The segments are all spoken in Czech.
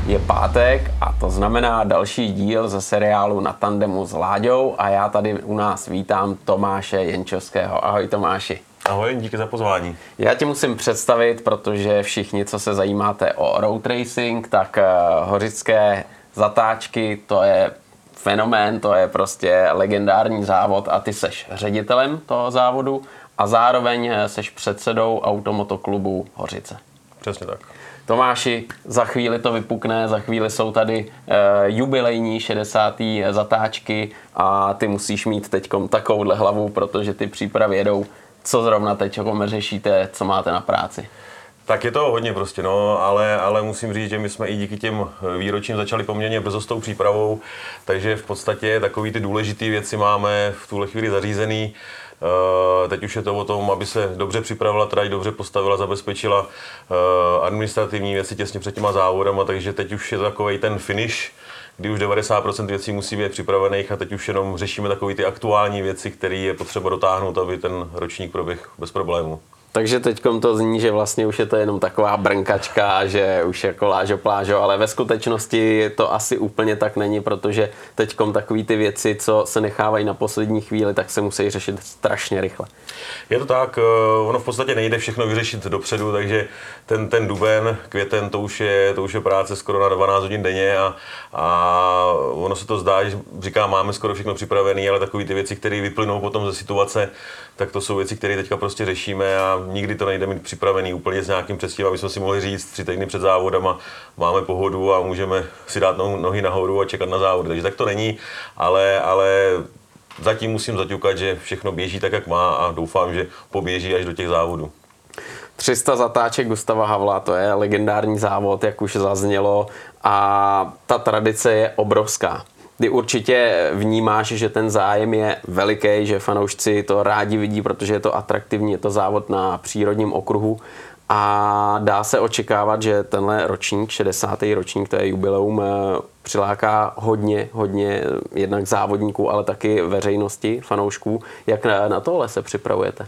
Je pátek a to znamená další díl ze seriálu Na tandemu s Láďou a já tady u nás vítám Tomáše Jenčovského. Ahoj Tomáši. Ahoj, díky za pozvání. Já tě musím představit, protože všichni, co se zajímáte o road racing, tak hořické zatáčky, to je fenomén, to je prostě legendární závod a ty seš ředitelem toho závodu a zároveň seš předsedou automotoklubu Hořice. Přesně tak. Tomáši, za chvíli to vypukne, za chvíli jsou tady jubilejní 60. zatáčky a ty musíš mít teďkom takovouhle hlavu, protože ty přípravy jedou. Co zrovna teď řešíte, co máte na práci? Tak je to hodně prostě, no, ale musím říct, že my jsme i díky těm výročím začali poměrně brzo s tou přípravou, takže v podstatě takový ty důležité věci máme v tuhle chvíli zařízený. Teď už je to o tom, aby se dobře připravila trať, dobře postavila, zabezpečila administrativní věci těsně před těma závodama, takže teď už je to takovej ten finish, kdy už 90% věcí musí být připravených a teď už jenom řešíme takové ty aktuální věci, které je potřeba dotáhnout, aby ten ročník proběhl bez problému. Takže teďkom to zní, že vlastně už je to jenom taková brnkačka, že už jako lážo plážo, ale ve skutečnosti to asi úplně tak není, protože teďkom takový ty věci, co se nechávají na poslední chvíli, tak se musí řešit strašně rychle. Je to tak, ono v podstatě nejde všechno vyřešit dopředu, takže ten duben, květen, to už je práce skoro na 12 hodin denně a ono se to zdá, že říkám, máme skoro všechno připravené, ale takové ty věci, které vyplynou potom ze situace, tak to jsou věci, které teďka prostě řešíme a nikdy to nejde mít připravený úplně s nějakým předstihem, aby jsme si mohli říct 3 týdny před závodama, máme pohodu a můžeme si dát nohy nahoru a čekat na závod. Takže tak to není, ale zatím musím zaťukat, že všechno běží tak, jak má a doufám, že poběží až do těch závodů. 300 zatáček Gustava Havla, to je legendární závod, jak už zaznělo, a ta tradice je obrovská. Ty určitě vnímáš, že ten zájem je veliký, že fanoušci to rádi vidí, protože je to atraktivní, je to závod na přírodním okruhu a dá se očekávat, že tenhle ročník, 60. ročník, to je jubileum, přiláká hodně jednak závodníků, ale taky veřejnosti, fanoušků. Jak na tohle se připravujete?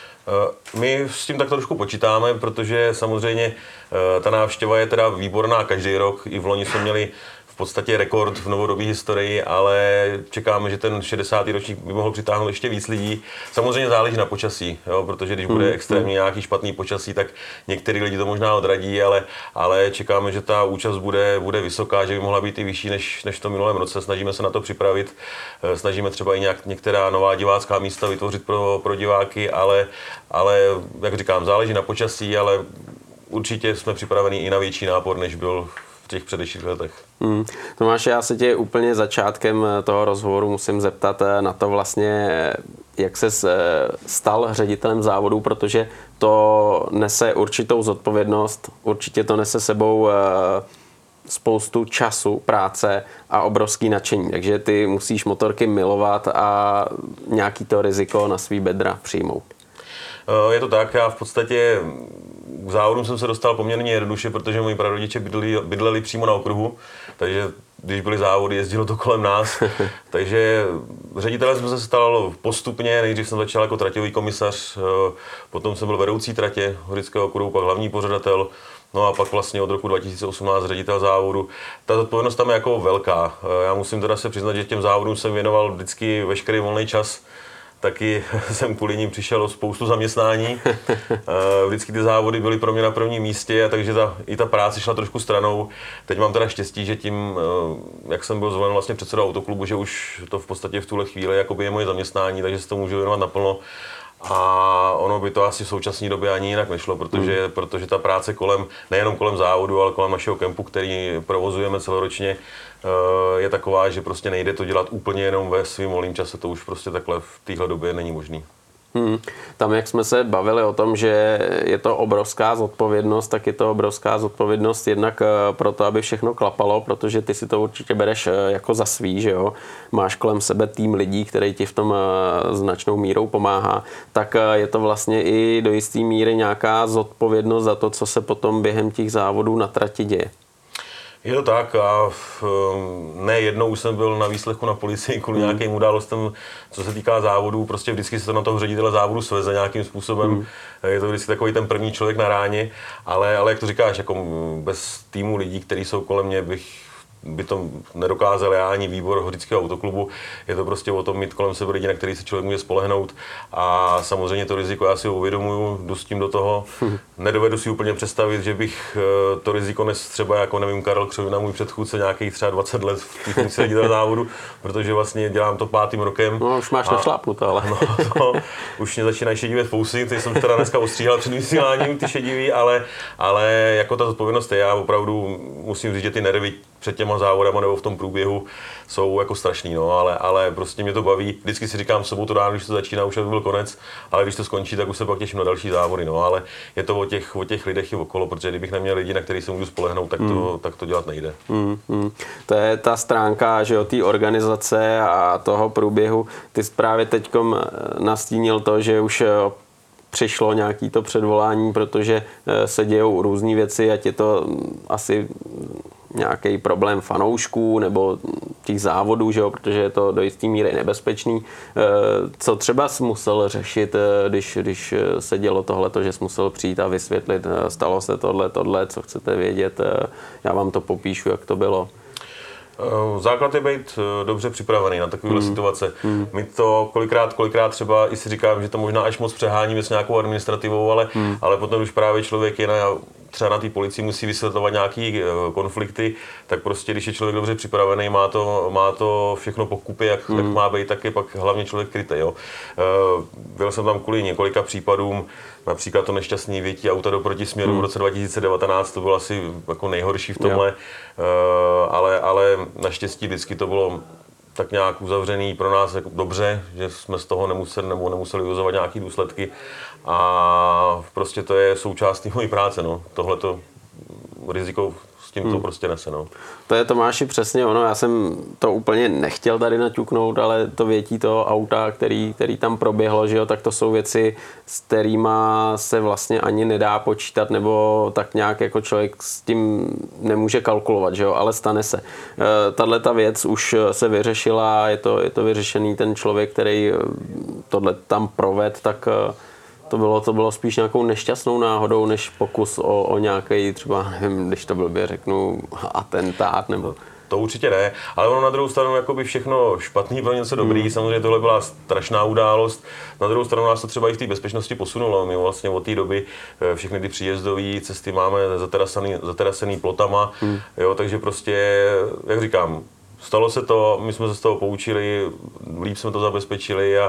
My s tím tak trošku počítáme, protože samozřejmě ta návštěva je teda výborná každý rok. I v loni jsme měli v podstatě rekord v novodobé historii, ale čekáme, že ten 60. ročník by mohl přitáhnout ještě víc lidí. Samozřejmě záleží na počasí, jo, protože když bude extrémně nějaký špatný počasí, tak některý lidi to možná odradí, ale čekáme, že ta účast bude vysoká, že by mohla být i vyšší než v tom minulém roce. Snažíme se na to připravit, snažíme třeba i některá nová divácká místa vytvořit pro diváky, ale jak říkám, záleží na počasí, ale určitě jsme připraveni i na větší nápor, než byl v těch předešlých letech. Tomáš, já se tě úplně začátkem toho rozhovoru musím zeptat na to vlastně, jak ses stal ředitelem závodu, protože to nese určitou zodpovědnost, určitě to nese sebou spoustu času, práce a obrovský nadšení. Takže ty musíš motorky milovat a nějaký to riziko na svý bedra přijmout. Je to tak, já v podstatě k závodům jsem se dostal poměrně jednoduše, protože moji prarodiče bydleli přímo na okruhu, takže když byly závody, jezdilo to kolem nás. Takže ředitelem jsem se stal postupně, nejdřív jsem začal jako traťový komisař, potom jsem byl vedoucí tratě Hořického okruhu, pak hlavní pořadatel, no a pak vlastně od roku 2018 ředitel závodu. Ta zodpovědnost tam je jako velká. Já musím teda se přiznat, že těm závodům jsem věnoval vždycky veškerý volný čas. Taky jsem kvůli ním přišel o spoustu zaměstnání. Vždycky ty závody byly pro mě na prvním místě, takže i ta práce šla trošku stranou. Teď mám teda štěstí, že tím, jak jsem byl zvolen vlastně předsedou autoklubu, že už to v podstatě v tuhle chvíli jakoby je moje zaměstnání, takže se to můžu věnovat naplno. A ono by to asi v současné době ani jinak nešlo, protože ta práce nejenom kolem závodu, ale kolem našeho kempu, který provozujeme celoročně, je taková, že prostě nejde to dělat úplně jenom ve svým volném čase, to už prostě takhle v téhle době není možný. Tam, jak jsme se bavili o tom, že je to obrovská zodpovědnost, tak je to obrovská zodpovědnost jednak pro to, aby všechno klapalo, protože ty si to určitě bereš jako za svý, že jo. Máš kolem sebe tým lidí, který ti v tom značnou mírou pomáhá, tak je to vlastně i do jisté míry nějaká zodpovědnost za to, co se potom během těch závodů na trati děje. Je to tak a ne jednou už jsem byl na výslechu na policii kvůli nějakým událostem, co se týká závodů, prostě vždycky se to na toho ředitele závodu sveze nějakým způsobem. Je to vždycky takový ten první člověk na ráně, ale jak to říkáš, jako bez týmu lidí, kteří jsou kolem mě, by to nedokázal já ani výbor Hořického autoklubu. Je to prostě o tom mít kolem sebe lidi, na který se člověk může spolehnout a samozřejmě to riziko já si ho uvědomuju, jdu s tím do toho. Nedovedu si úplně představit, že bych to riziko nes třeba jako nevím Karel Křovina, můj předchůdce nějakých třeba 20 let v té funkci ředitele závodu, protože vlastně dělám to 5. rokem. No už máš našlápnuto, ale. No, už mě začínají šedivět fousy, ty jsem teda dneska ostříhal před vysíláním, ty šedivý, ale jako ta zodpovědnost je, já opravdu musím říct, že ty nervy před těma závodama nebo v tom průběhu jsou jako strašný, no, ale prostě mě to baví. Vždycky si říkám v sobotu ráno, když to začíná, už by byl konec, ale když to skončí, tak už se pak těším na další závody, no, ale je to o těch lidech i okolo, protože kdybych neměl lidi, na který se můžu spolehnout, tak to dělat nejde. To je ta stránka, že o té organizace a toho průběhu. Ty jsi právě teďkom nastínil to, že už přišlo nějaký to předvolání, protože se dějou různé věci, ať je to asi nějaký problém fanoušků nebo těch závodů, že jo, protože je to do jisté míry nebezpečný. Co třeba jsi musel řešit, když se dělo tohleto, že jsi musel přijít a vysvětlit, stalo se tohle, co chcete vědět, já vám to popíšu, jak to bylo. Základ je být dobře připravený na takovéhle situace. My to kolikrát třeba i si říkám, že to možná až moc přeháníme s nějakou administrativou, ale potom, když právě člověk je třeba na té policii musí vysvětlovat nějaký konflikty, tak prostě, když je člověk dobře připravený, má to všechno po kupě, jak má být, tak je pak hlavně člověk krytý. Jo. Byl jsem tam kvůli několika případům, například to nešťastné větí auta do protisměru v roce 2019, to bylo asi jako nejhorší v tomhle, ale naštěstí vždycky to bylo tak nějak uzavřený pro nás jako dobře, že jsme z toho nemuseli vyvozovat nějaké důsledky a prostě to je součást té mojí práce, no. Tohleto riziko s tím to prostě nese, no. To je, Tomáši, přesně ono, já jsem to úplně nechtěl tady naťuknout, ale to větí toho auta, který tam proběhlo, že jo, tak to jsou věci, s kterýma se vlastně ani nedá počítat, nebo tak nějak jako člověk s tím nemůže kalkulovat, že jo, ale stane se. Tahle ta věc už se vyřešila, je to vyřešený, ten člověk, který tohle tam proved, tak to bylo spíš nějakou nešťastnou náhodou, než pokus o nějaký třeba, nevím, když to blbě řeknu, atentát nebo... To určitě ne, ale ono na druhou stranu jakoby všechno špatný pro něco dobrý, samozřejmě tohle byla strašná událost, na druhou stranu nás to třeba i v té bezpečnosti posunulo, my vlastně od té doby všechny ty příjezdové cesty máme zaterasený plotama, jo, takže prostě, jak říkám, stalo se to, my jsme se z toho poučili, líp jsme to zabezpečili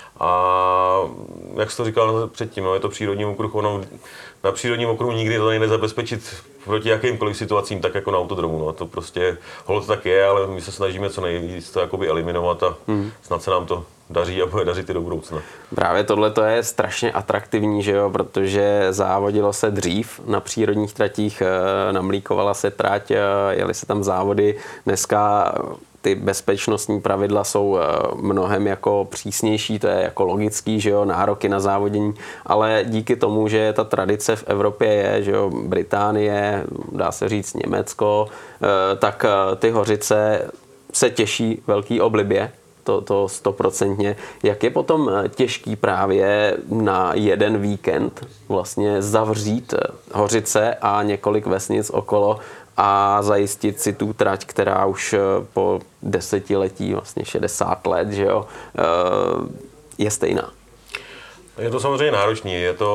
a jak jsi to říkal předtím, no, je to přírodní okruh, ono na přírodním okruhu nikdy to nejde zabezpečit proti jakýmkoliv situacím, tak jako na autodromu, no, to prostě holo tak je, ale my se snažíme co nejvíc to jakoby eliminovat a snad se nám to daří a bude dařit i do budoucna. Právě tohle to je strašně atraktivní, že jo, protože závodilo se dřív na přírodních tratích, namlíkovala se trať, jeli se tam závody, dneska ty bezpečnostní pravidla jsou mnohem jako přísnější, to je jako logický, že jo, nároky na závodění, ale díky tomu, že ta tradice v Evropě je, že jo, Británie, dá se říct Německo, tak ty Hořice se těší velký oblibě, to 100%. Jak je potom těžký právě na jeden víkend vlastně zavřít Hořice a několik vesnic okolo a zajistit si tu trať, která už po desetiletí, vlastně 60 let, že jo, je stejná. Je to samozřejmě náročný,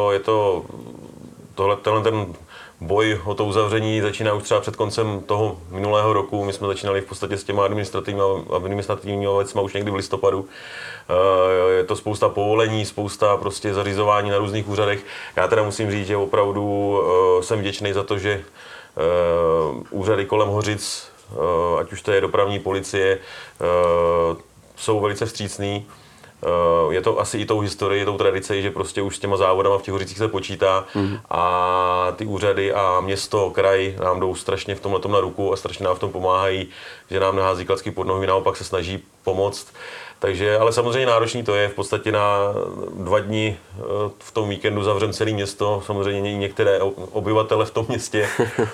tenhle ten boj o to uzavření začíná už třeba před koncem toho minulého roku. My jsme začínali v podstatě s těma administrativními věcmi už někdy v listopadu. Je to spousta povolení, spousta prostě zařizování na různých úřadech. Já teda musím říct, že opravdu jsem vděčný za to, že úřady kolem Hořic, ať už to je dopravní policie, jsou velice vstřícní. Je to asi i tou historií, tou tradicí, že prostě už s těma závodama v těch Hořicích se počítá a ty úřady a město, kraj nám jdou strašně v tomhletom na ruku a strašně nám v tom pomáhají, že nám nehází klacky pod nohy, naopak se snaží pomoct. Takže, ale samozřejmě náročný to je, v podstatě na 2 dny v tom víkendu zavřem celé město, samozřejmě některé obyvatele v tom městě,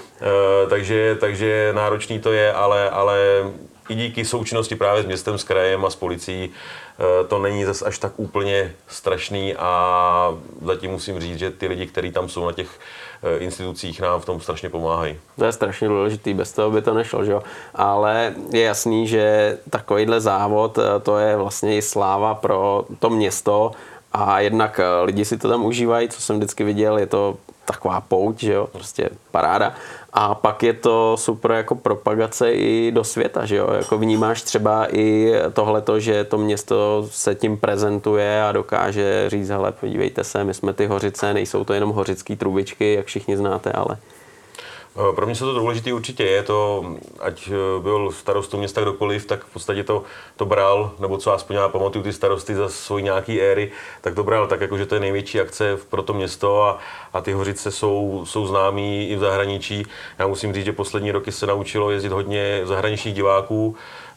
takže náročný to je, ale i díky součinnosti právě s městem, s krajem a s policií to není zas až tak úplně strašný a zatím musím říct, že ty lidi, kteří tam jsou na těch institucích, nám v tom strašně pomáhají. To je strašně důležitý, bez toho by to nešlo, že jo? Ale je jasný, že takovýhle závod, to je vlastně i sláva pro to město a jednak lidi si to tam užívají, co jsem vždycky viděl, je to taková pouť, že jo, prostě paráda. A pak je to super jako propagace i do světa, že jo, jako vnímáš třeba i tohleto, že to město se tím prezentuje a dokáže říct, hele, podívejte se, my jsme ty Hořice, nejsou to jenom hořický trubičky, jak všichni znáte, ale... Pro mě se to důležité určitě je, to, ať byl starostou města kdokoliv, tak v podstatě to bral, nebo co aspoň já pamatuju ty starosty za svoji nějaký éry, tak to bral tak, jako, že to je největší akce pro to město a ty Hořice jsou známí i v zahraničí. Já musím říct, že poslední roky se naučilo jezdit hodně zahraničních diváků,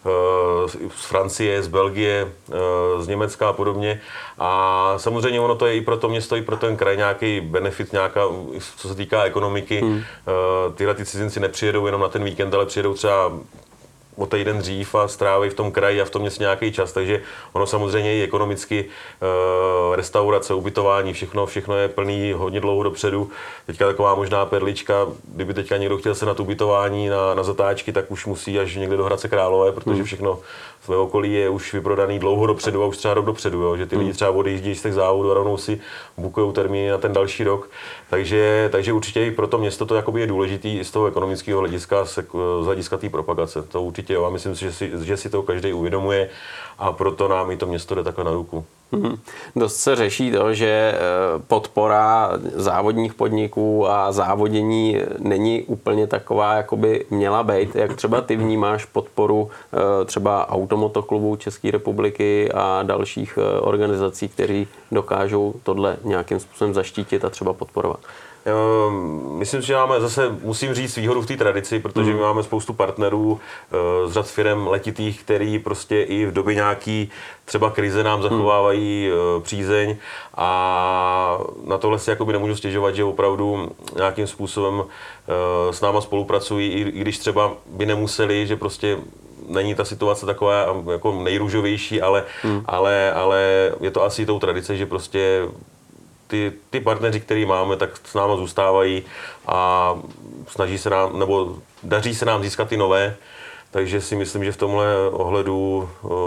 z Francie, z Belgie, z Německa a podobně. A samozřejmě ono to je i pro to město, i pro ten kraj nějaký benefit, nějaká, co se týká ekonomiky. Tyhle ty cizinci nepřijedou jenom na ten víkend, ale přijedou třeba o týden dřív a stráví v tom kraji a v tom městě nějaký čas, takže ono samozřejmě i ekonomicky restaurace, ubytování, všechno je plný hodně dlouho dopředu. Teďka taková možná perlička, kdyby teďka někdo chtěl se na ubytování, na zatáčky, tak už musí až někde do Hradce Králové, protože všechno ve okolí je už vyprodaný dlouho dopředu a už třeba rok dopředu, jo? Že ty lidi třeba odjíždějí z těch závodů a rovnou si bukujou termíny na ten další rok. Takže určitě i pro to město to jakoby je důležitý i z toho ekonomického hlediska, z hlediska té propagace. To určitě jo, a myslím si, že si to každý uvědomuje a proto nám i to město jde takhle na ruku. Dost se řeší to, že podpora závodních podniků a závodění není úplně taková, jako by měla být. Jak třeba ty vnímáš podporu třeba Automotoklubu České republiky a dalších organizací, kteří dokážou tohle nějakým způsobem zaštítit a třeba podporovat? Myslím, že máme zase, musím říct, výhodu v té tradici, protože my máme spoustu partnerů z řad firem letitých, který prostě i v době nějaký třeba krize nám zachovávají přízeň a na tohle si jakoby nemůžu stěžovat, že opravdu nějakým způsobem s náma spolupracují, i když třeba by nemuseli, že prostě není ta situace taková jako nejrůžovější, ale je to asi tou tradice, že prostě ty partneři, který máme, tak s náma zůstávají a snaží se nám, nebo daří se nám získat ty nové, takže si myslím, že v tomhle ohledu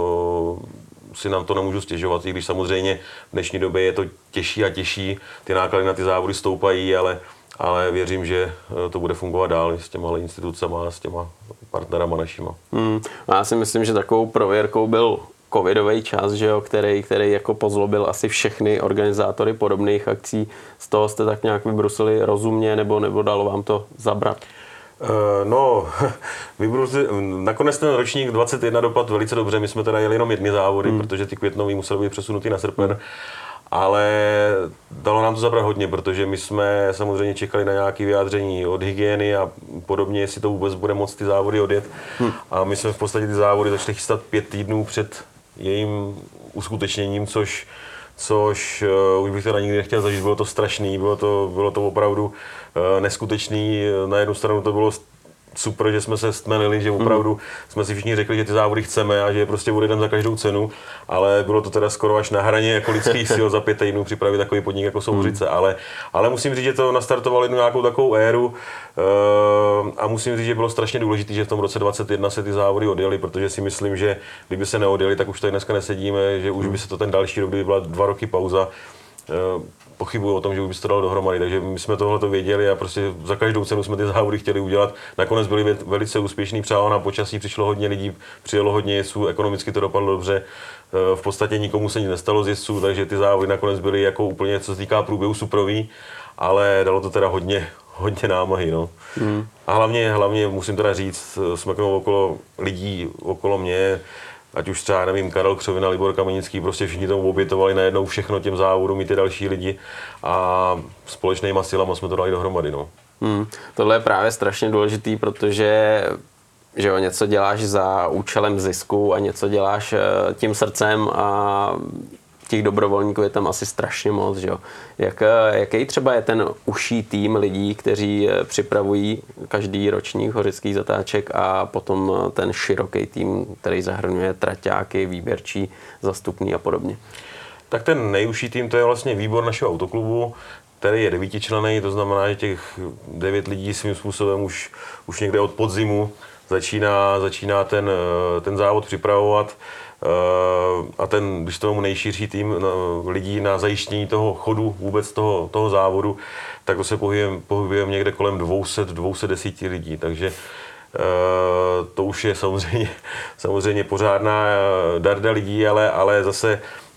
si nám to nemůžu stěžovat, i když samozřejmě v dnešní době je to těžší a těžší, ty náklady na ty závody stoupají, ale věřím, že to bude fungovat dál s těma institucema a s těma partnerama našima. Já si myslím, že takovou prověrkou byl covidový čas, že jo, který jako pozlobil asi všechny organizátory podobných akcí. Z toho jste tak nějak vybrusili rozumně, nebo dalo vám to zabrat? No, nakonec ten ročník 21 dopadl velice dobře. My jsme teda jeli jenom 1 závody, protože ty květnový musely být přesunutý na srpen. Ale dalo nám to zabrat hodně, protože my jsme samozřejmě čekali na nějaké vyjádření od hygieny a podobně, jestli to vůbec bude moct ty závody odjet. A my jsme v podstatě ty závody začali chystat 5 týdnů před jejím uskutečněním, což už bych to nikdy nechtěl zažít, bylo to strašný, bylo to opravdu neskutečný. Na jednu stranu to bylo super, že jsme se stmelili, že opravdu jsme si všichni řekli, že ty závody chceme a že je prostě odjedeme za každou cenu, ale bylo to teda skoro až na hraně jako lidských sil za 5 týdnů připravit takový podnik jako jsou Hořice, ale musím říct, že to nastartovalo jednu nějakou takovou éru a musím říct, že bylo strašně důležité, že v tom roce 2021 se ty závody odjeli, protože si myslím, že kdyby se neodjeli, tak už tady dneska nesedíme, že už by se to ten další rok, kdyby byla 2 roky pauza, pochybuju o tom, že už by se to dalo dohromady, takže my jsme tohle věděli a prostě za každou cenu jsme ty závody chtěli udělat. Nakonec byli velice úspěšní, přálo nám počasí, přišlo hodně lidí, přijelo hodně jezdců, ekonomicky to dopadlo dobře. V podstatě nikomu se nic nestalo z jezdců, takže ty závody nakonec byly jako úplně, co se týká průběhu, suprový, ale dalo to teda hodně námahy, no. A hlavně musím teda říct, smeknou okolo lidí, okolo mě, ať už třeba, nevím, Karel Křovina, Libor Kamenický, prostě všichni tomu obětovali najednou všechno těm závodům i ty další lidi a společnýma silama jsme to dali dohromady, no. Tohle je právě strašně důležitý, protože že jo, něco děláš za účelem zisku a něco děláš tím srdcem a těch dobrovolníků je tam asi strašně moc, že jo. Jaký třeba je ten užší tým lidí, kteří připravují každý ročník horických zatáček a potom ten široký tým, který zahrnuje traťáky, výběrčí, zastupný a podobně? Tak ten nejužší tým, to je vlastně výbor našeho autoklubu, který je 9členný, to znamená, že těch 9 lidí svým způsobem už někde od podzimu začíná ten závod připravovat. A když to mám nejširší tým lidí na zajištění toho chodu vůbec toho závodu, tak to se pohybujeme někde kolem 210 lidí, takže to už je samozřejmě pořádná darda lidí, ale zase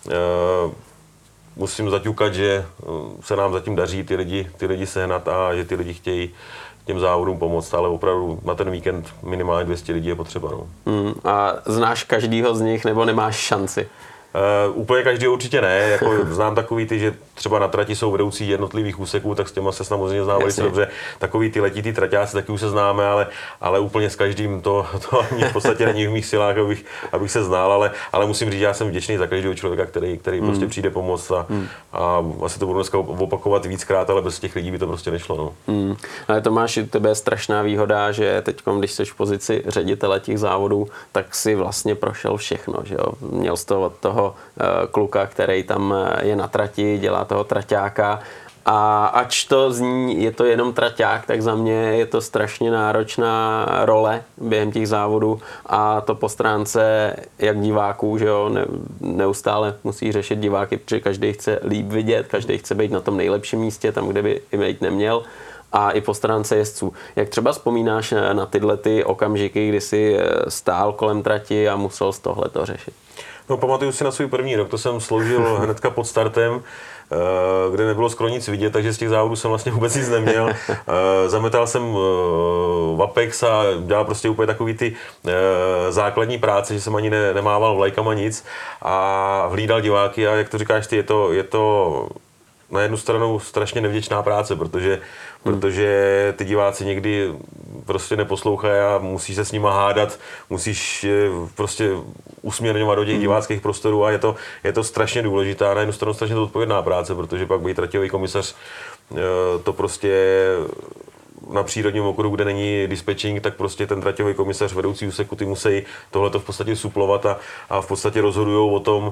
musím zaťukat, že se nám zatím daří ty lidi sehnat a že ty lidi chtějí těm závodům pomoct, ale opravdu na ten víkend minimálně 200 lidí je potřeba. No. A znáš každýho z nich, nebo nemáš šanci? Úplně každý určitě ne, jako znám takový ty, že třeba na trati jsou vedoucí jednotlivých úseků, tak s těma se samozřejmě znám velice dobře. Takový ty letitý traťáci, taky už se známe, ale úplně s každým to ani v podstatě není v mých silách, abych se znal, ale musím říct, že já jsem vděčný za každého člověka, který prostě přijde pomoct a asi to budu dneska opakovat víckrát, ale bez těch lidí by to prostě nešlo. No. Ale Tomáš, u tebe je strašná výhoda, že teď, když jsi v pozici ředitele těch závodů, tak si vlastně prošel všechno, že jo? Měl jsi to od toho kluka, který tam je na trati, dělá toho traťáka a ač to zní, je to jenom traťák, tak za mě je to strašně náročná role během těch závodů a to po stránce jak diváků, že jo, neustále musí řešit diváky, protože každý chce líp vidět, každý chce být na tom nejlepším místě, tam, kde by být neměl. A i po stránce jezdců. Jak třeba vzpomínáš na tyhle ty okamžiky, kdy jsi stál kolem trati a musel z tohleto řešit? No, pamatuju si na svůj první rok, to jsem sloužil hnedka pod startem, kde nebylo skoro nic vidět, takže z těch závodů jsem vlastně vůbec nic neměl. Zametal jsem v Apex a dělal prostě úplně takový ty základní práce, že jsem ani nemával vlajkama nic a hlídal diváky a jak to říkáš ty, je to na jednu stranu strašně nevděčná práce, protože ty diváci někdy prostě neposlouchají a musíš se s nima hádat, musíš prostě usměrňovat do těch diváckých prostorů a je to strašně důležitá, na jednu stranu strašně odpovědná práce, protože pak být traťový komisař to prostě na přírodním okruhu, kde není dispečing, tak prostě ten traťový komisař, vedoucí úseku, ty musí tohleto v podstatě suplovat a v podstatě rozhodujou o tom,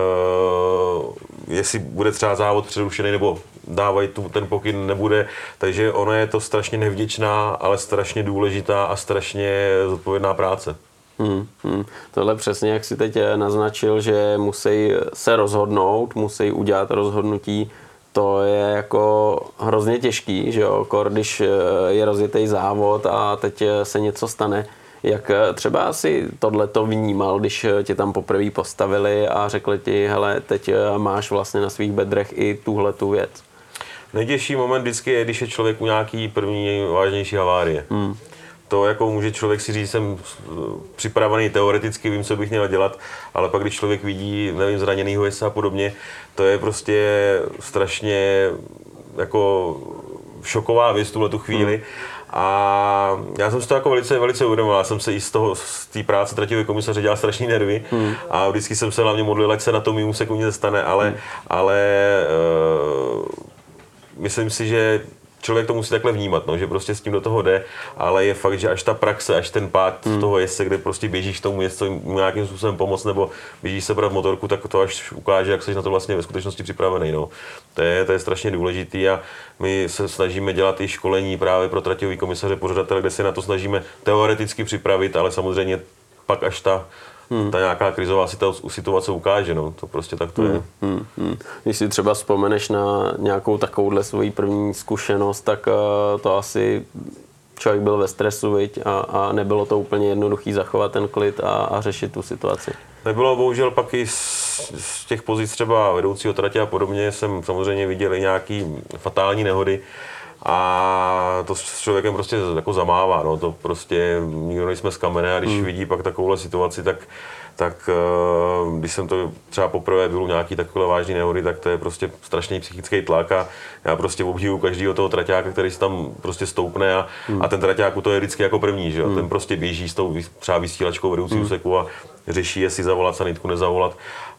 jestli bude třeba závod přerušený nebo dávají ten pokyn nebude. Takže ono je to strašně nevděčná, ale strašně důležitá a strašně zodpovědná práce. Tohle přesně, jak si teď naznačil, že musí se rozhodnout, musí udělat rozhodnutí. To je jako hrozně těžký, že jo, když je rozjetý závod a teď se něco stane. Jak třeba si tohleto vnímal, když tě tam poprvé postavili a řekli ti, hele, teď máš vlastně na svých bedrech i tuhletu věc? Nejtěžší moment vždycky je, když je člověk u nějaký první vážnější havárie. To jako může člověk si říct, jsem připravený teoreticky, vím, co bych měl dělat, ale pak když člověk vidí, nevím, zraněnýho jezdce a podobně, to je prostě strašně jako šoková věc v tuhletu chvíli. A já jsem si to jako velice uvědomil, já jsem se i z té práce traťového komisaře dělal strašný nervy a vždycky jsem se hlavně modlil, ať se na tom mým úseku nic nestane, ale myslím si, že člověk to musí takhle vnímat, no, že prostě s tím do toho jde, ale je fakt, že až ta praxe, až ten pád toho jezdce, kde prostě běžíš tomu jezdcovi mu nějakým způsobem pomoct nebo běžíš sebrat motorku, tak to až ukáže, jak jsi na to vlastně ve skutečnosti připravený. No. To je strašně důležitý a my se snažíme dělat i školení právě pro traťový komisaře, pořadatele, kde se na to snažíme teoreticky připravit, ale samozřejmě pak až ta nějaká krizová situace ukáže, no, to prostě tak to je. Když si třeba vzpomeneš na nějakou takovouhle svoji první zkušenost, tak to asi člověk byl ve stresu, viď? A nebylo to úplně jednoduchý zachovat ten klid a řešit tu situaci. Nebylo, bohužel pak i z těch pozic třeba vedoucího tratě a podobně jsem samozřejmě viděl i nějaký fatální nehody. A to s člověkem prostě jako zamává, no, to prostě nikdo nejsme z kamene a když vidí pak takovouhle situaci, tak když jsem to třeba poprvé byl u nějaký takové vážné nehody, tak to je prostě strašný psychický tlak a já prostě obdivuju každého toho traťáka, který se tam prostě stoupne a ten traťák to je vždycky jako první, že jo? Ten prostě běží s tou třeba vysílačkou vedoucí úseku a řeší, jestli zavolat sanitku, nezavolat.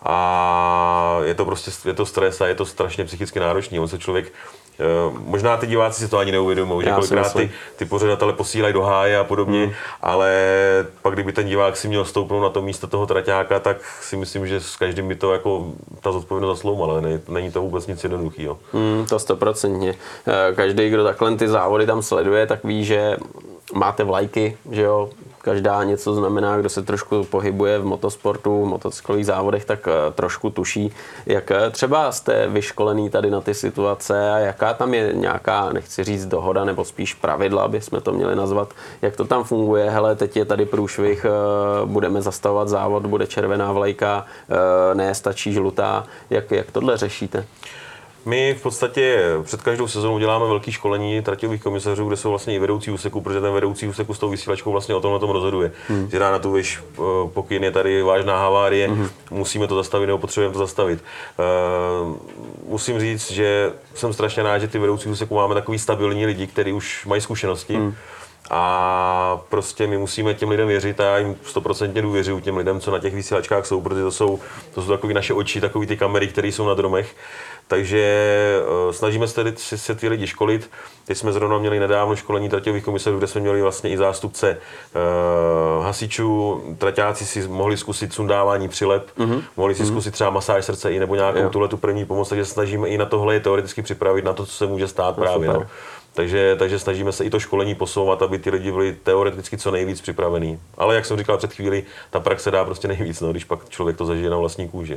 A je to stres a je to strašně psychicky náročný. On se člověk, možná ty diváci si to ani neuvědomují, že kolikrát ty pořadatele posílají do háje a podobně, ale pak kdyby ten divák si měl stoupnout na to místo toho traťáka, tak si myslím, že s každým by to jako ta zodpovědnost zasloumala. Není to vůbec nic jednoduchého. To 100%. Každý, kdo takhle ty závody tam sleduje, tak ví, že máte vlajky, že jo, každá něco znamená, kdo se trošku pohybuje v motosportu, v motocyklových závodech, tak trošku tuší, jak třeba jste vyškolený tady na ty situace a jaká tam je nějaká, nechci říct dohoda, nebo spíš pravidla, aby jsme to měli nazvat, jak to tam funguje, hele, teď je tady průšvih, budeme zastavovat závod, bude červená vlajka, ne, stačí žlutá, jak tohle řešíte? My v podstatě před každou sezónou děláme velké školení traťových komisařů, kde jsou vlastně i vedoucí úseku, protože ten vedoucí úseku s tou vysílačkou vlastně o tomhle tom rozhoduje. Že dá na tu pokyn, je tady vážná havárie, musíme to zastavit nebo potřebujeme to zastavit. Musím říct, že jsem strašně rád, že ty vedoucí úseku máme takový stabilní lidi, kteří už mají zkušenosti. A prostě my musíme těm lidem věřit a já jim 100% důvěřuju těm lidem, co na těch vysílačkách jsou, protože to jsou takový naše oči, takový ty kamery, které jsou na dromech. Takže snažíme se ty lidi školit. Teď jsme zrovna měli nedávno školení traťových komisařů, kde jsme měli vlastně i zástupce hasičů. Traťáci si mohli zkusit sundávání přilep, mohli si zkusit třeba masáž srdce i nebo nějakou tu první pomoc, takže snažíme i na tohle je teoreticky připravit na to, co se může stát právě. No. Takže snažíme se i to školení posouvat, aby ty lidi byli teoreticky co nejvíc připravení. Ale jak jsem říkal před chvíli, ta praxe dá prostě nejvíc, no, když pak člověk to zažije na vlastní kůži.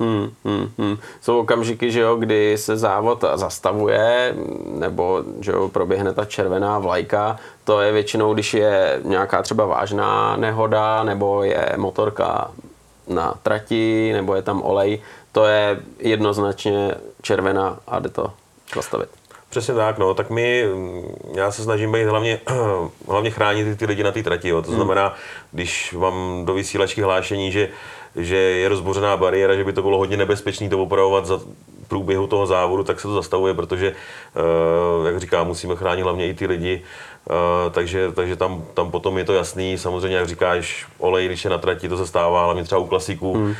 Jsou okamžiky, že jo, kdy se závod zastavuje, nebo že jo, proběhne ta červená vlajka. To je většinou, když je nějaká třeba vážná nehoda, nebo je motorka na trati, nebo je tam olej. To je jednoznačně červená a jde to zastavit. Přesně tak, no, tak já se snažím být hlavně chránit ty lidi na té trati, jo. To znamená, když mám do vysílačky hlášení, že je rozbořená bariéra, že by to bylo hodně nebezpečné to opravovat za průběhu toho závodu, tak se to zastavuje, protože, jak říkám, musíme chránit hlavně i ty lidi, takže tam potom je to jasný. Samozřejmě, jak říkáš, olej, když je na trati, to se stává, hlavně třeba u klasiků.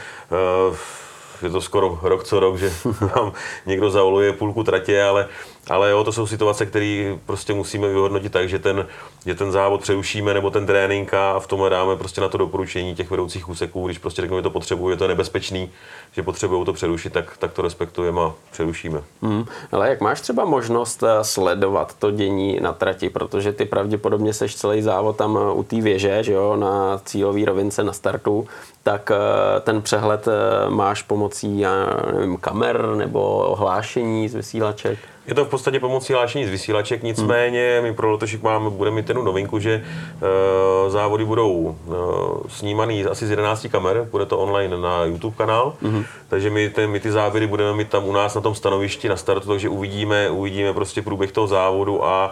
Je to skoro rok co rok, že nám někdo zaoluje půlku tratě, ale jo, to jsou situace, které prostě musíme vyhodnotit tak, že ten závod přerušíme nebo ten trénink a v tomhle dáme prostě na to doporučení těch vedoucích úseků, když prostě řekneme, že to potřebuje, je to nebezpečný, že potřebují to přerušit, tak to respektujeme a přerušíme. Ale jak máš třeba možnost sledovat to dění na trati, protože ty pravděpodobně seš celý závod tam u té věže, že jo, na cílové rovince na startu, tak ten přehled máš pomocí, já nevím, kamer nebo ohlášení z vysílaček? Je to v podstatě pomocí hlášení z vysílaček, nicméně my pro Letošek budeme mít jednu novinku, že závody budou snímaný asi z 11 kamer, bude to online na YouTube kanál, takže my ty záběry budeme mít tam u nás na tom stanovišti na startu, takže uvidíme prostě průběh toho závodu a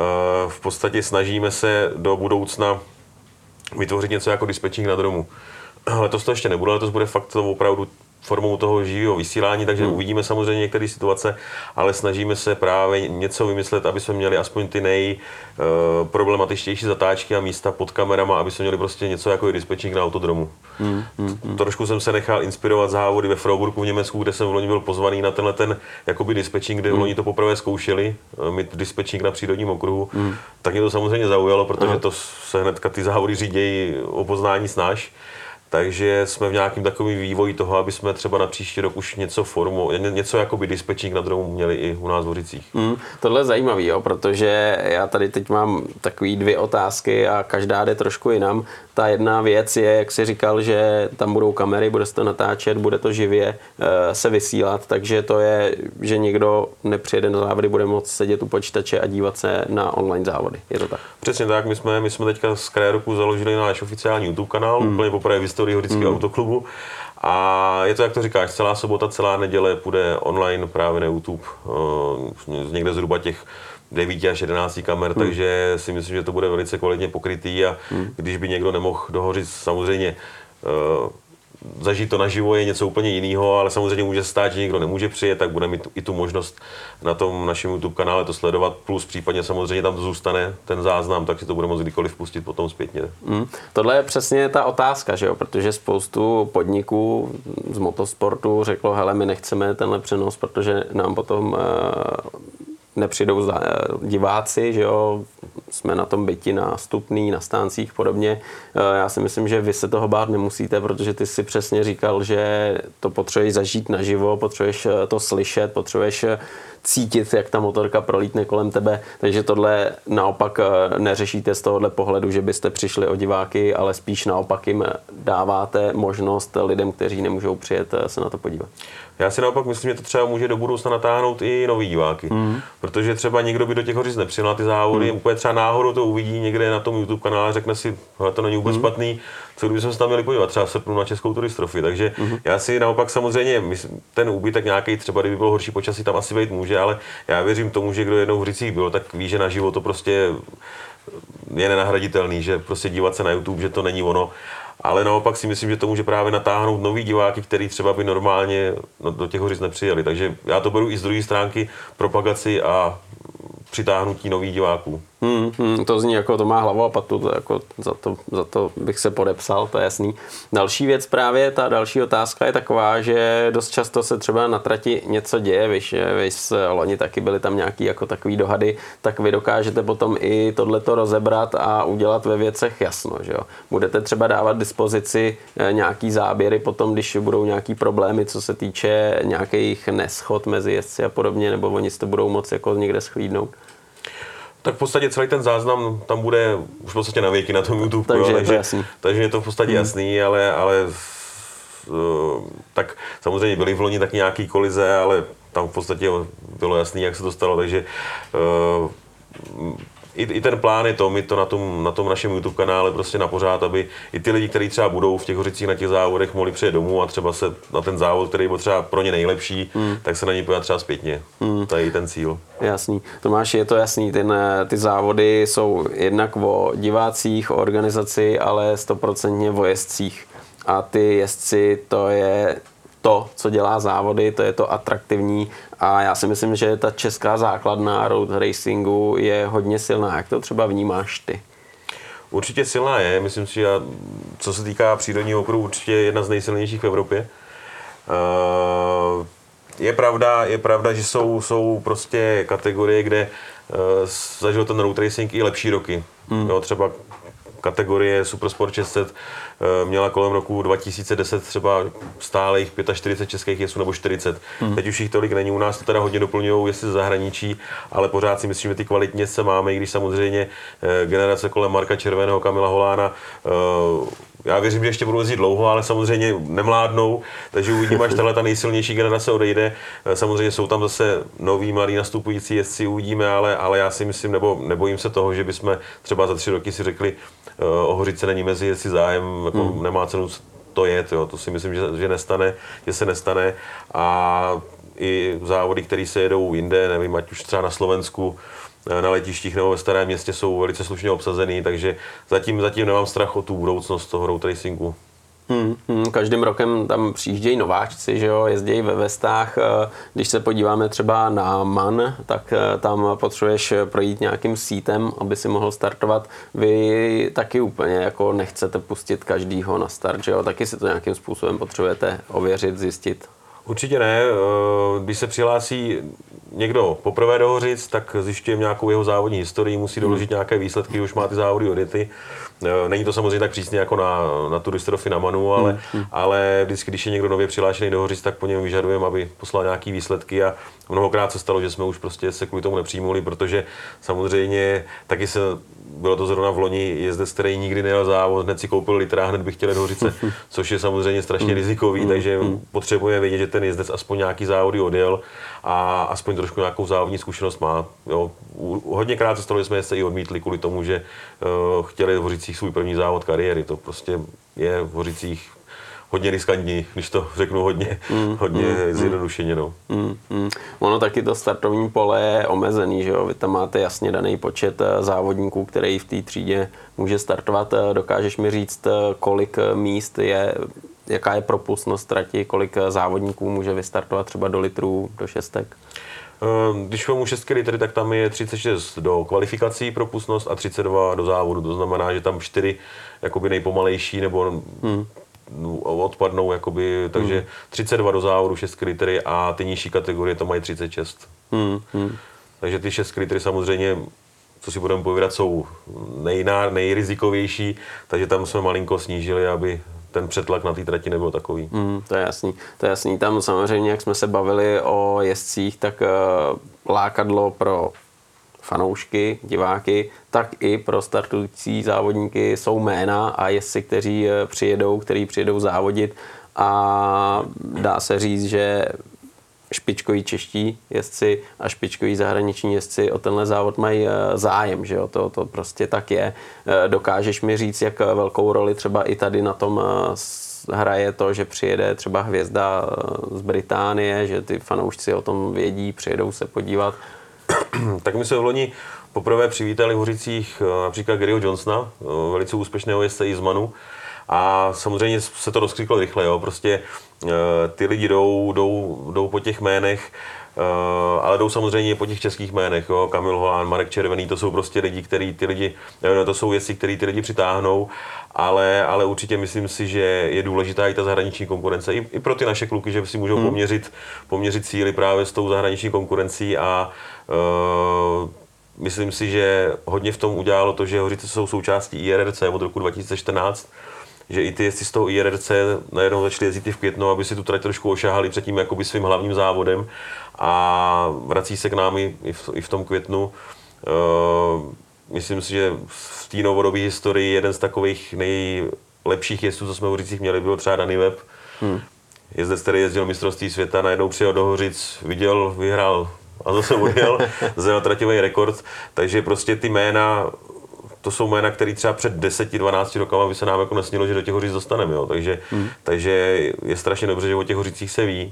v podstatě snažíme se do budoucna vytvořit něco jako dispečing na dromu. Letos to ještě nebude, letos bude fakt to opravdu formou toho živého vysílání, takže uvidíme samozřejmě některé situace, ale snažíme se právě něco vymyslet, aby jsme měli aspoň ty nejproblematičtější zatáčky a místa pod kamerama, aby jsme měli prostě něco jako dispečing na autodromu. Trošku jsem se nechal inspirovat závody ve Freiburgu v Německu, kde jsem v loni byl pozvaný na ten jakoby dispečing, kde oni to poprvé zkoušeli, mít dispečing na přírodním okruhu, tak mě to samozřejmě zaujalo, protože to se hnedka ty závody řídějí o poznání snáš. Takže jsme v nějakým takovým vývoji toho, aby jsme třeba na příští rok už něco jakoby dispečing na dromu měli i u nás v Hořicích. Tohle je zajímavý, jo, protože já tady teď mám takový 2 otázky a každá jde trošku jinam. Ta jedna věc je, jak jsi říkal, že tam budou kamery, bude se to natáčet, bude to živě se vysílat, takže to je, že někdo nepřijede na závody, bude moct sedět u počítače a dívat se na online závody. Je to tak? Přesně tak, my jsme teďka z kraje roku založili náš oficiální YouTube kanál, úplně poprvé v historii Horického autoklubu. A je to, jak to říkáš, celá sobota, celá neděle půjde online právě na YouTube, někde zhruba těch 9 až 11 kamer, takže si myslím, že to bude velice kvalitně pokrytý a když by někdo nemohl dohořit samozřejmě zažít to naživo je něco úplně jiného, ale samozřejmě může se stát, že někdo nemůže přijet, tak bude mít i tu možnost na tom našem YouTube kanále to sledovat, plus případně samozřejmě tam to zůstane ten záznam, tak si to bude moct kdykoliv pustit potom zpětně. Tohle je přesně ta otázka, že jo? Protože spoustu podniků z motosportu řeklo, hele, my nechceme tenhle přenos, protože nám potom nepřijdou diváci, že jo, jsme na tom byti na Stupný, na stáncích podobně. Já si myslím, že vy se toho bát nemusíte, protože ty si přesně říkal, že to potřebuješ zažít naživo, potřebuješ to slyšet, potřebuješ cítit, jak ta motorka prolítne kolem tebe, takže tohle naopak neřešíte z tohohle pohledu, že byste přišli o diváky, ale spíš naopak jim dáváte možnost lidem, kteří nemůžou přijet, se na to podívat. Já si naopak myslím, že to třeba může do budoucna natáhnout i nový diváky, protože třeba někdo by do těch Hořic nepřijel na ty závody, úplně třeba náhodou to uvidí někde na tom YouTube kanále, řekne si, hele, to není vůbec špatný, co kdybychom se tam měli podívat, třeba v srpnu na Českou turistrofii, takže já si naopak samozřejmě, ten úbytek nějaký, třeba kdyby bylo horší počasí, tam asi být může, ale já věřím tomu, že kdo jednou v Hořicích byl, tak ví, že naživo to prostě je nenahraditelný, že prostě dívat se na YouTube, že to není ono. Ale naopak si myslím, že to může právě natáhnout nový diváky, který třeba by normálně do těch Hořic nepřijeli. Takže já to beru i z druhé stránky propagaci a přitáhnutí nových diváků. To zní jako to má hlavu a patu, to jako za to bych se podepsal, to je jasný. Další věc právě, ta další otázka je taková, že dost často se třeba na trati něco děje, víš, loni taky byly tam nějaký jako takový dohady, tak vy dokážete potom i tohleto rozebrat a udělat ve věcech jasno, že jo. Budete třeba dávat dispozici nějaký záběry potom, když budou nějaký problémy, co se týče nějakých neschod mezi jezdci a podobně, nebo oni si to budou moci jako někde shlídnout. Tak v podstatě celý ten záznam tam bude už v podstatě na věky na tom YouTube. Takže je to v podstatě jasný, ale tak samozřejmě byly v loni tak nějaký kolize, ale tam v podstatě bylo jasný, jak se to stalo, takže i ten plán je to, mít to na tom našem YouTube kanále prostě na pořád, aby i ty lidi, kteří třeba budou v těch Hořicích na těch závodech, mohli přijet domů a třeba se na ten závod, který byl třeba pro ně nejlepší, tak se na něj podívat třeba zpětně. To je i ten cíl. Jasný. Tomáši, je to jasný, ty závody jsou jednak o divácích, o organizaci, ale 100% o jezdcích. A ty jezdci, to je to, co dělá závody, to je to atraktivní a já si myslím, že ta česká základna road racingu je hodně silná. Jak to třeba vnímáš ty? Určitě silná je, myslím si, že co se týká přírodního okruhu, určitě jedna z nejsilnějších v Evropě. Je pravda, že jsou prostě kategorie, kde zažil ten road racing i lepší roky. Jo, třeba kategorie Supersport 600 měla kolem roku 2010 třeba stále jich 45 českých jezdců nebo 40. Teď už jich tolik není, u nás to teda hodně doplňují jestli z zahraničí, ale pořád si myslím, že ty kvalitní jezdce máme, i když samozřejmě generace kolem Marka Červeného, Kamila Holána, já věřím, že ještě budou jezdit dlouho, ale samozřejmě nemládnou, takže uvidíme, až tahle ta nejsilnější generace odejde. Samozřejmě jsou tam zase noví, mladí nastupující jezdci, uvidíme, ale já si myslím, nebo nebojím se toho, že bychom třeba za 3 roky si řekli, o Hořice není mezi jezdci zájem, jako nemá cenu to jet, jo. To si myslím, že se nestane a i závody, které se jedou jinde, nevím, ať už třeba na Slovensku, na letištích nebo ve Starém Městě jsou velice slušně obsazený, takže zatím nemám strach o tu budoucnost toho road racingu. Každým rokem tam přijíždějí nováčci, že jo, jezdí ve vestách. Když se podíváme třeba na MAN, tak tam potřebuješ projít nějakým sítem, aby si mohl startovat. Vy taky úplně jako nechcete pustit každýho na start, že jo, taky si to nějakým způsobem potřebujete ověřit, zjistit. Určitě ne. Když se přihlásí někdo poprvé do Hořic, tak zjišťujeme nějakou jeho závodní historii, musí doložit nějaké výsledky, už má ty závody odjety. Není to samozřejmě tak přísně jako na turistrofii na Manu, ale vždycky, když je někdo nově přihlášený do Hořic, tak po něm vyžadujeme, aby poslal nějaké výsledky a mnohokrát se stalo, že jsme už prostě se kvůli tomu nepřijmuli, protože samozřejmě taky bylo to zrovna v loni jezdec, který nikdy nejel závod, hned si koupil litr a hned by chtěl jet do Hořice, což je samozřejmě strašně rizikový, takže potřebuje vědět, že ten jezdec aspoň nějaký závody odjel a aspoň trošku nějakou závodní zkušenost má. Jo. Hodněkrát se stalo, že jsme jezdce i odmítli kvůli tomu, že chtěli v Hořicích svůj první závod kariéry. To prostě je v Hořicích hodně riskantní, když to řeknu hodně zjednodušeně. No. Ono taky to startovní pole je omezený, že jo? Vy tam máte jasně daný počet závodníků, který v té třídě může startovat. Dokážeš mi říct, kolik míst je, jaká je propustnost trati, kolik závodníků může vystartovat třeba do litrů, do šestek? Když vezmu 6 litry, tak tam je 36 do kvalifikací propustnost a 32 do závodu. To znamená, že tam 4 jakoby nejpomalejší nebo odpadnou, jakoby, takže 32 do závodu, 6 litry a ty nižší kategorie to mají 36. Takže ty 6 litry samozřejmě, co si budeme povídat, jsou nejrizikovější, takže tam jsme malinko snížili, aby ten přetlak na té trati nebyl takový. To je jasný. Tam samozřejmě, jak jsme se bavili o jezdcích, tak lákadlo pro fanoušky, diváky, tak i pro startující závodníky jsou jména a jezdci, kteří přijedou závodit, a dá se říct, že špičkoví čeští jezdci a špičkoví zahraniční jezdci o tenhle závod mají zájem, že jo? To prostě tak je. Dokážeš mi říct, jak velkou roli třeba i tady na tom hraje to, že přijede třeba hvězda z Británie, že ty fanoušci o tom vědí, přijedou se podívat? Tak my jsme v loni poprvé přivítali v Hořicích například Garyho Johnsona, velice úspěšného jezdce Easmanu. A samozřejmě se to rozkřiklo rychle, jo. Prostě ty lidi jdou po těch jménech, ale jdou samozřejmě po těch českých jménech, jo. Kamil Holán, Marek Červený, to jsou prostě lidi, to jsou jezdci, který ty lidi přitáhnou, ale určitě myslím si, že je důležitá i ta zahraniční konkurence, i pro ty naše kluky, že si můžou poměřit síly právě s tou zahraniční konkurencí a myslím si, že hodně v tom udělalo to, že Hořice jsou součástí IRRC od roku 2014, že i ty jezdci z toho IRRC najednou začali jezdit v květnu, aby si tu trať trošku ošahali před tím jakoby svým hlavním závodem a vrací se k nám i v tom květnu. Myslím si, že v té novodobé historii jeden z takových nejlepších jezdců, co jsme v Hořicích měli, byl třeba Danny Webb. Jezdec, který jezdil mistrovství světa, najednou přijel do Hořic, viděl, vyhrál a zase odjel, zajel traťový rekord, takže prostě ty jména, to jsou jména, které třeba před 10-12 rokama by se nám jako nesnilo, že do těch Hořic dostaneme, jo. Takže je strašně dobře, že o těch Hořicích se ví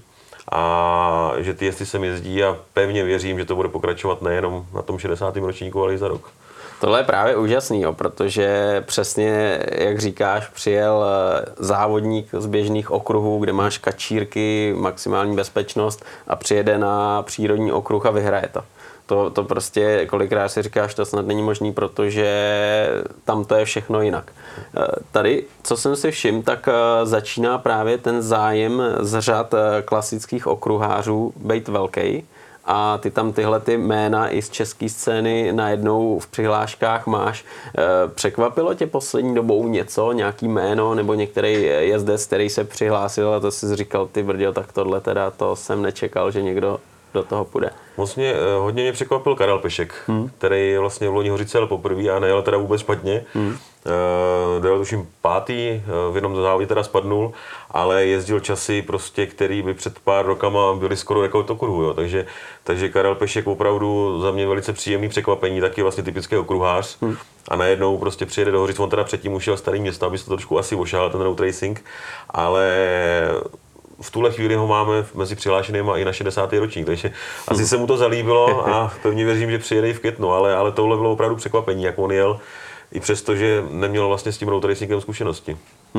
a že ty jezdci sem jezdí a pevně věřím, že to bude pokračovat nejenom na tom 60. ročníku, ale i za rok. Tohle je právě úžasný, jo, protože přesně, jak říkáš, přijel závodník z běžných okruhů, kde máš kačírky, maximální bezpečnost a přijede na přírodní okruh a vyhraje to. To prostě, kolikrát si říkáš, to snad není možný, protože tam to je všechno jinak. Tady, co jsem si všiml, tak začíná právě ten zájem z řad klasických okruhářů být velký. A ty tam tyhle ty jména i z české scény najednou v přihláškách máš. Překvapilo tě poslední dobou něco, nějaký jméno nebo některý jezdec, který se přihlásil a to jsi říkal, ty brděl, tak tohle teda to jsem nečekal, že někdo do toho půjde. Hodně mě překvapil Karel Pešek, který vlastně v loni Hořice jel poprvé a nejel teda vůbec špatně. Dojel tuším 5. v jednom závodě teda spadnul, ale jezdil časy prostě, který by před pár rokama byly skoro rekord okruhu, jo. Takže Karel Pešek opravdu za mě velice příjemný překvapení, taky vlastně typický okruhář. A najednou prostě přijede do Hořic, on teda předtím už jel Starý Město, aby se to trošku asi ošahal ten road racing, ale v tuhle chvíli ho máme mezi přihlášenými i na 60. ročník, takže asi se mu to zalíbilo a pevně věřím, že přijede i v květnu, ale tohle bylo opravdu překvapení, jak on jel, i přesto, že neměl vlastně s tím road racingem zkušenosti.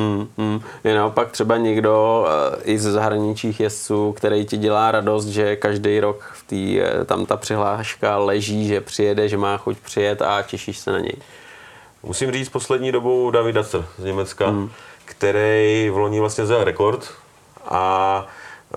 Je naopak třeba někdo i z zahraničních jezdců, který ti dělá radost, že každý rok tam ta přihláška leží, že přijede, že má chuť přijet a těšíš se na něj? Musím říct poslední dobou David Dacer z Německa, který v loni vlastně vzal rekord a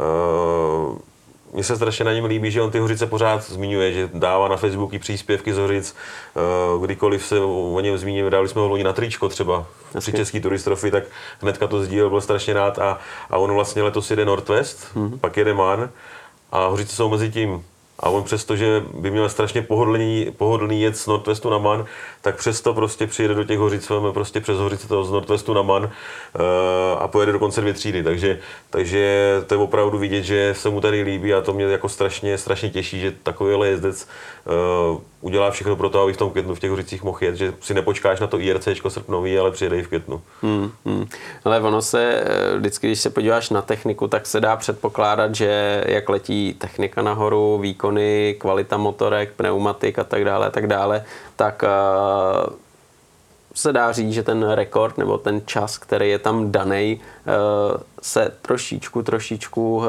mně se strašně na něm líbí, že on ty Hořice pořád zmiňuje, že dává na Facebooky příspěvky z Hořic, kdykoliv se o něm zmíníme, dali jsme ho loni na tričko třeba při český turistrofy, tak hnedka to sdílel, byl strašně rád a on vlastně letos jede Northwest, pak jede Man a Hořice jsou mezi tím. A on přesto, že by měl strašně pohodlný jet z Northwestu na Man, tak přesto prostě přijede do těch Hořic, prostě přes Hořice toho z Northwestu na Man a pojede dokonce 2 třídy. Takže to je opravdu vidět, že se mu tady líbí a to mě jako strašně těší, že takovýhle jezdec udělá všechno pro to, aby v tom květnu v těch Hořicích mohl jet, že si nepočkáš na to IRCčko srpnový, ale přijedej v květnu. Ale ono se, vždycky, když se podíváš na techniku, tak se dá předpokládat, že jak letí technika nahoru, výkony, kvalita motorek, pneumatik a tak dále, tak se dá říct, že ten rekord nebo ten čas, který je tam daný, se trošičku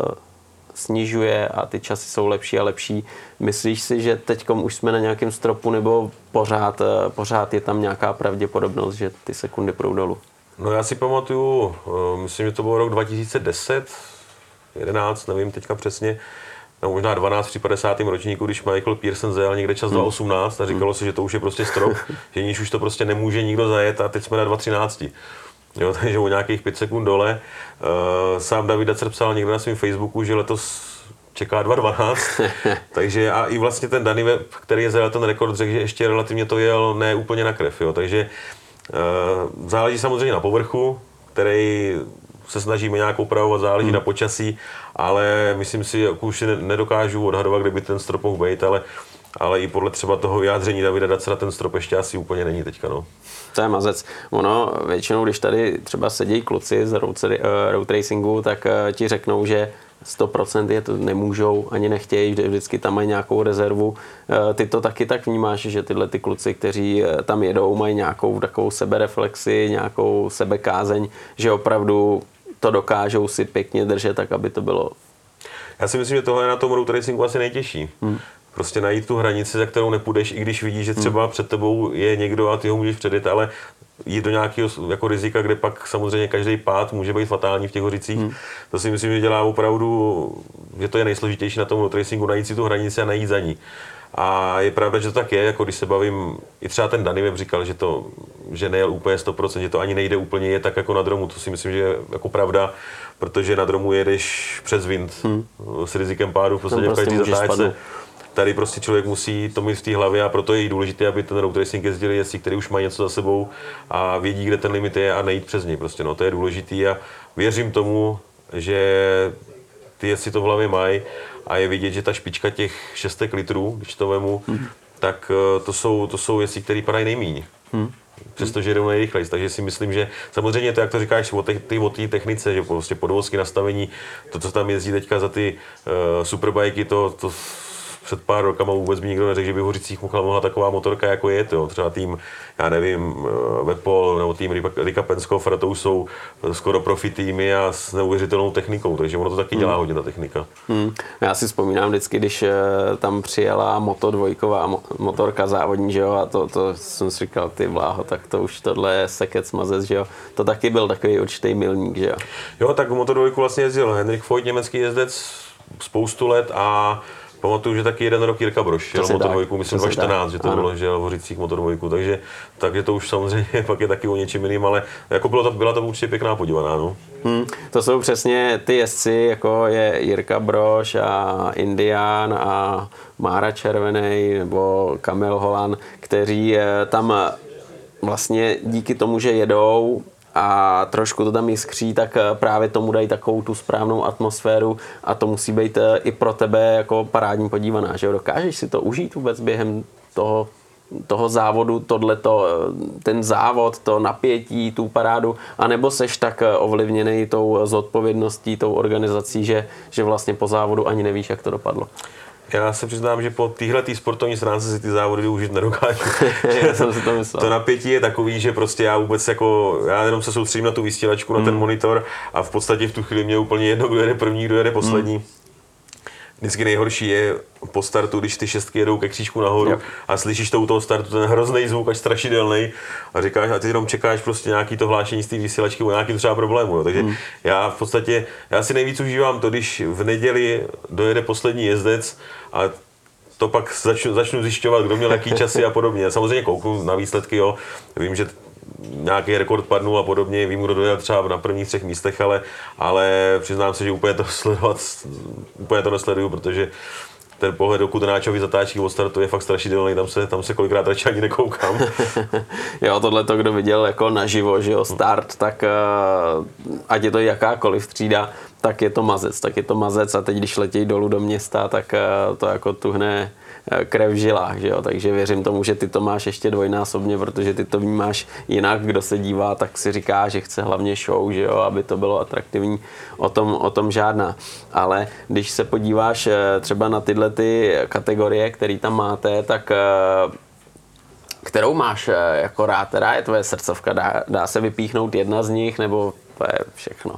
snižuje a ty časy jsou lepší a lepší. Myslíš si, že teďkom už jsme na nějakém stropu nebo pořád je tam nějaká pravděpodobnost, že ty sekundy půjdou dolů? No já si pamatuju, myslím, že to byl rok 2010, 11, nevím teďka přesně, no možná 12 při 50. ročníku, když Michael Pearson zajel někde čas 2.18 a říkalo se, že to už je prostě strop, že níž už to prostě nemůže nikdo zajet a teď jsme na 2.13. Jo, takže o nějakých 5 sekund dole. Sám David Dacer psal někde na svém Facebooku, že letos čeká 2.12, takže a i vlastně ten Danny Webb, který je zajel ten rekord, řekl, že ještě relativně to jel ne úplně na krev, jo, takže záleží samozřejmě na povrchu, který se snažíme nějak opravovat, záleží na počasí, ale myslím si, jak už nedokážu odhadovat, kde by ten strop mohl být, ale i podle třeba toho vyjádření Davida Dacera ten strop ještě asi úplně není teďka, no. To je mazec. Ono většinou, když tady třeba sedí kluci z road racingu, tak ti řeknou, že 100% je to nemůžou, ani nechtějí, vždycky tam mají nějakou rezervu. Ty to taky tak vnímáš, že tyhle ty kluci, kteří tam jedou, mají nějakou takovou sebereflexi, nějakou sebekázeň, že opravdu to dokážou si pěkně držet, tak aby to bylo. Já si myslím, že tohle je na tom road racingu asi nejtěžší. Prostě najít tu hranici, za kterou nepůjdeš, i když vidíš, že třeba před tebou je někdo a ty ho můžeš předjet, ale jít do nějakého jako rizika, kde pak samozřejmě každý pád může být fatální v těch Hořicích. To si myslím, že dělá opravdu, že to je nejsložitější na tom road racingu, najít si tu hranici a najít za ní. A je pravda, že to tak je, jako když se bavím, i třeba ten Danny Webb říkal, že nejel úplně 100%, že to ani nejde úplně je tak jako na dromu, to si myslím, že je jako pravda, protože na dromu jedeš přes wind s rizikem pádu v podstatě v každý zatáčce. Tady prostě člověk musí to mít v té hlavě a proto je i důležité, aby ten road racing jezdili jezdci, kteří už mají něco za sebou a vědí, kde ten limit je a nejít přes něj. Prostě, no, to je důležité a věřím tomu, že ty jezdci to v hlavě mají a je vidět, že ta špička těch 6 litrů, když to vemu, tak to jsou jezdci, který padají nejmíň. Přestože jdou nejrychleji, takže si myslím, že samozřejmě to, jak to říkáš, o té technice, že prostě podvozky, nastavení, to, co tam jezdí teďka za ty superbajky, to před pár rokama vůbec by nikdo neřekl, že by v Hořicích mohla taková motorka, jako je to. Třeba tým, já nevím, Vetpol nebo tým Ricka Penskofera, to už jsou skoro profi týmy a s neuvěřitelnou technikou, takže ono to taky dělá hodně ta technika. Já si vzpomínám vždycky, když tam přijela Moto2 motorka závodní, že jo, a to jsem si říkal, ty bláho, tak to už tohle je sekec mazec, že jo. To taky byl takový určitý milník, že jo. Jo, tak Moto2 vlastně jezdil Henrik Voigt, německý jezdec, spoustu let a pamatuju, že taky jeden rok Jirka Broš jel Moto2, myslím 2014, že to bylo, že jel v Hořicích Moto2, takže to už samozřejmě pak je taky o něčem jiným, ale jako byla to určitě pěkná podívaná, no. To jsou přesně ty jezdci, jako je Jirka Broš a Indián a Mára Červenej nebo Kamil Holan, kteří tam vlastně díky tomu, že jedou a trošku to tam jiskří, tak právě tomu dají takovou tu správnou atmosféru a to musí být i pro tebe jako parádní podívaná, že jo? Dokážeš si to užít vůbec během toho závodu, ten závod, to napětí, tu parádu, anebo seš tak ovlivněný tou zodpovědností, tou organizací, že vlastně po závodu ani nevíš, jak to dopadlo? Já se přiznám, že po téhletý sportovní stránce si ty závody užít nedokážu. Já jsem si to myslel. To napětí je takový, že prostě já jenom se soustředím na tu vysílačku, na ten monitor a v podstatě v tu chvíli mě úplně jedno, kdo jede první, kdo jede poslední. Vždycky nejhorší je po startu, když ty šestky jedou ke křížku nahoru a slyšíš to u toho startu, ten hrozný zvuk, až strašidelný a říkáš, a ty jenom čekáš prostě nějaký to hlášení z té vysílačky o nějakým třeba problému. Jo. Takže já v podstatě, já si nejvíc užívám to, když v neděli dojede poslední jezdec a to pak začnu zjišťovat, kdo měl jaký časy a podobně. Samozřejmě kouknu na výsledky, jo. Vím, že nějaký rekord padnul a podobně, vím, kdo dojel třeba na prvních 3 místech, ale přiznám se, že úplně to nesleduju, protože ten pohled do Kudenáčovy zatáčky od startu je fakt strašidelný, tam se kolikrát radši ani nekoukám. Jo, tohleto, kdo viděl jako naživo, že jo, start, tak ať je to jakákoliv třída, tak je to mazec a teď, když letějí dolů do města, tak to jako tuhne krev v žilách, že jo? Takže věřím tomu, že ty to máš ještě dvojnásobně, protože ty to vnímáš jinak, kdo se dívá, tak si říká, že chce hlavně show, že jo? Aby to bylo atraktivní, o tom žádná. Ale když se podíváš třeba na tyhle ty kategorie, které tam máte, tak kterou máš jako rád, která je tvoje srdcovka? Dá se vypíchnout jedna z nich, nebo to je všechno?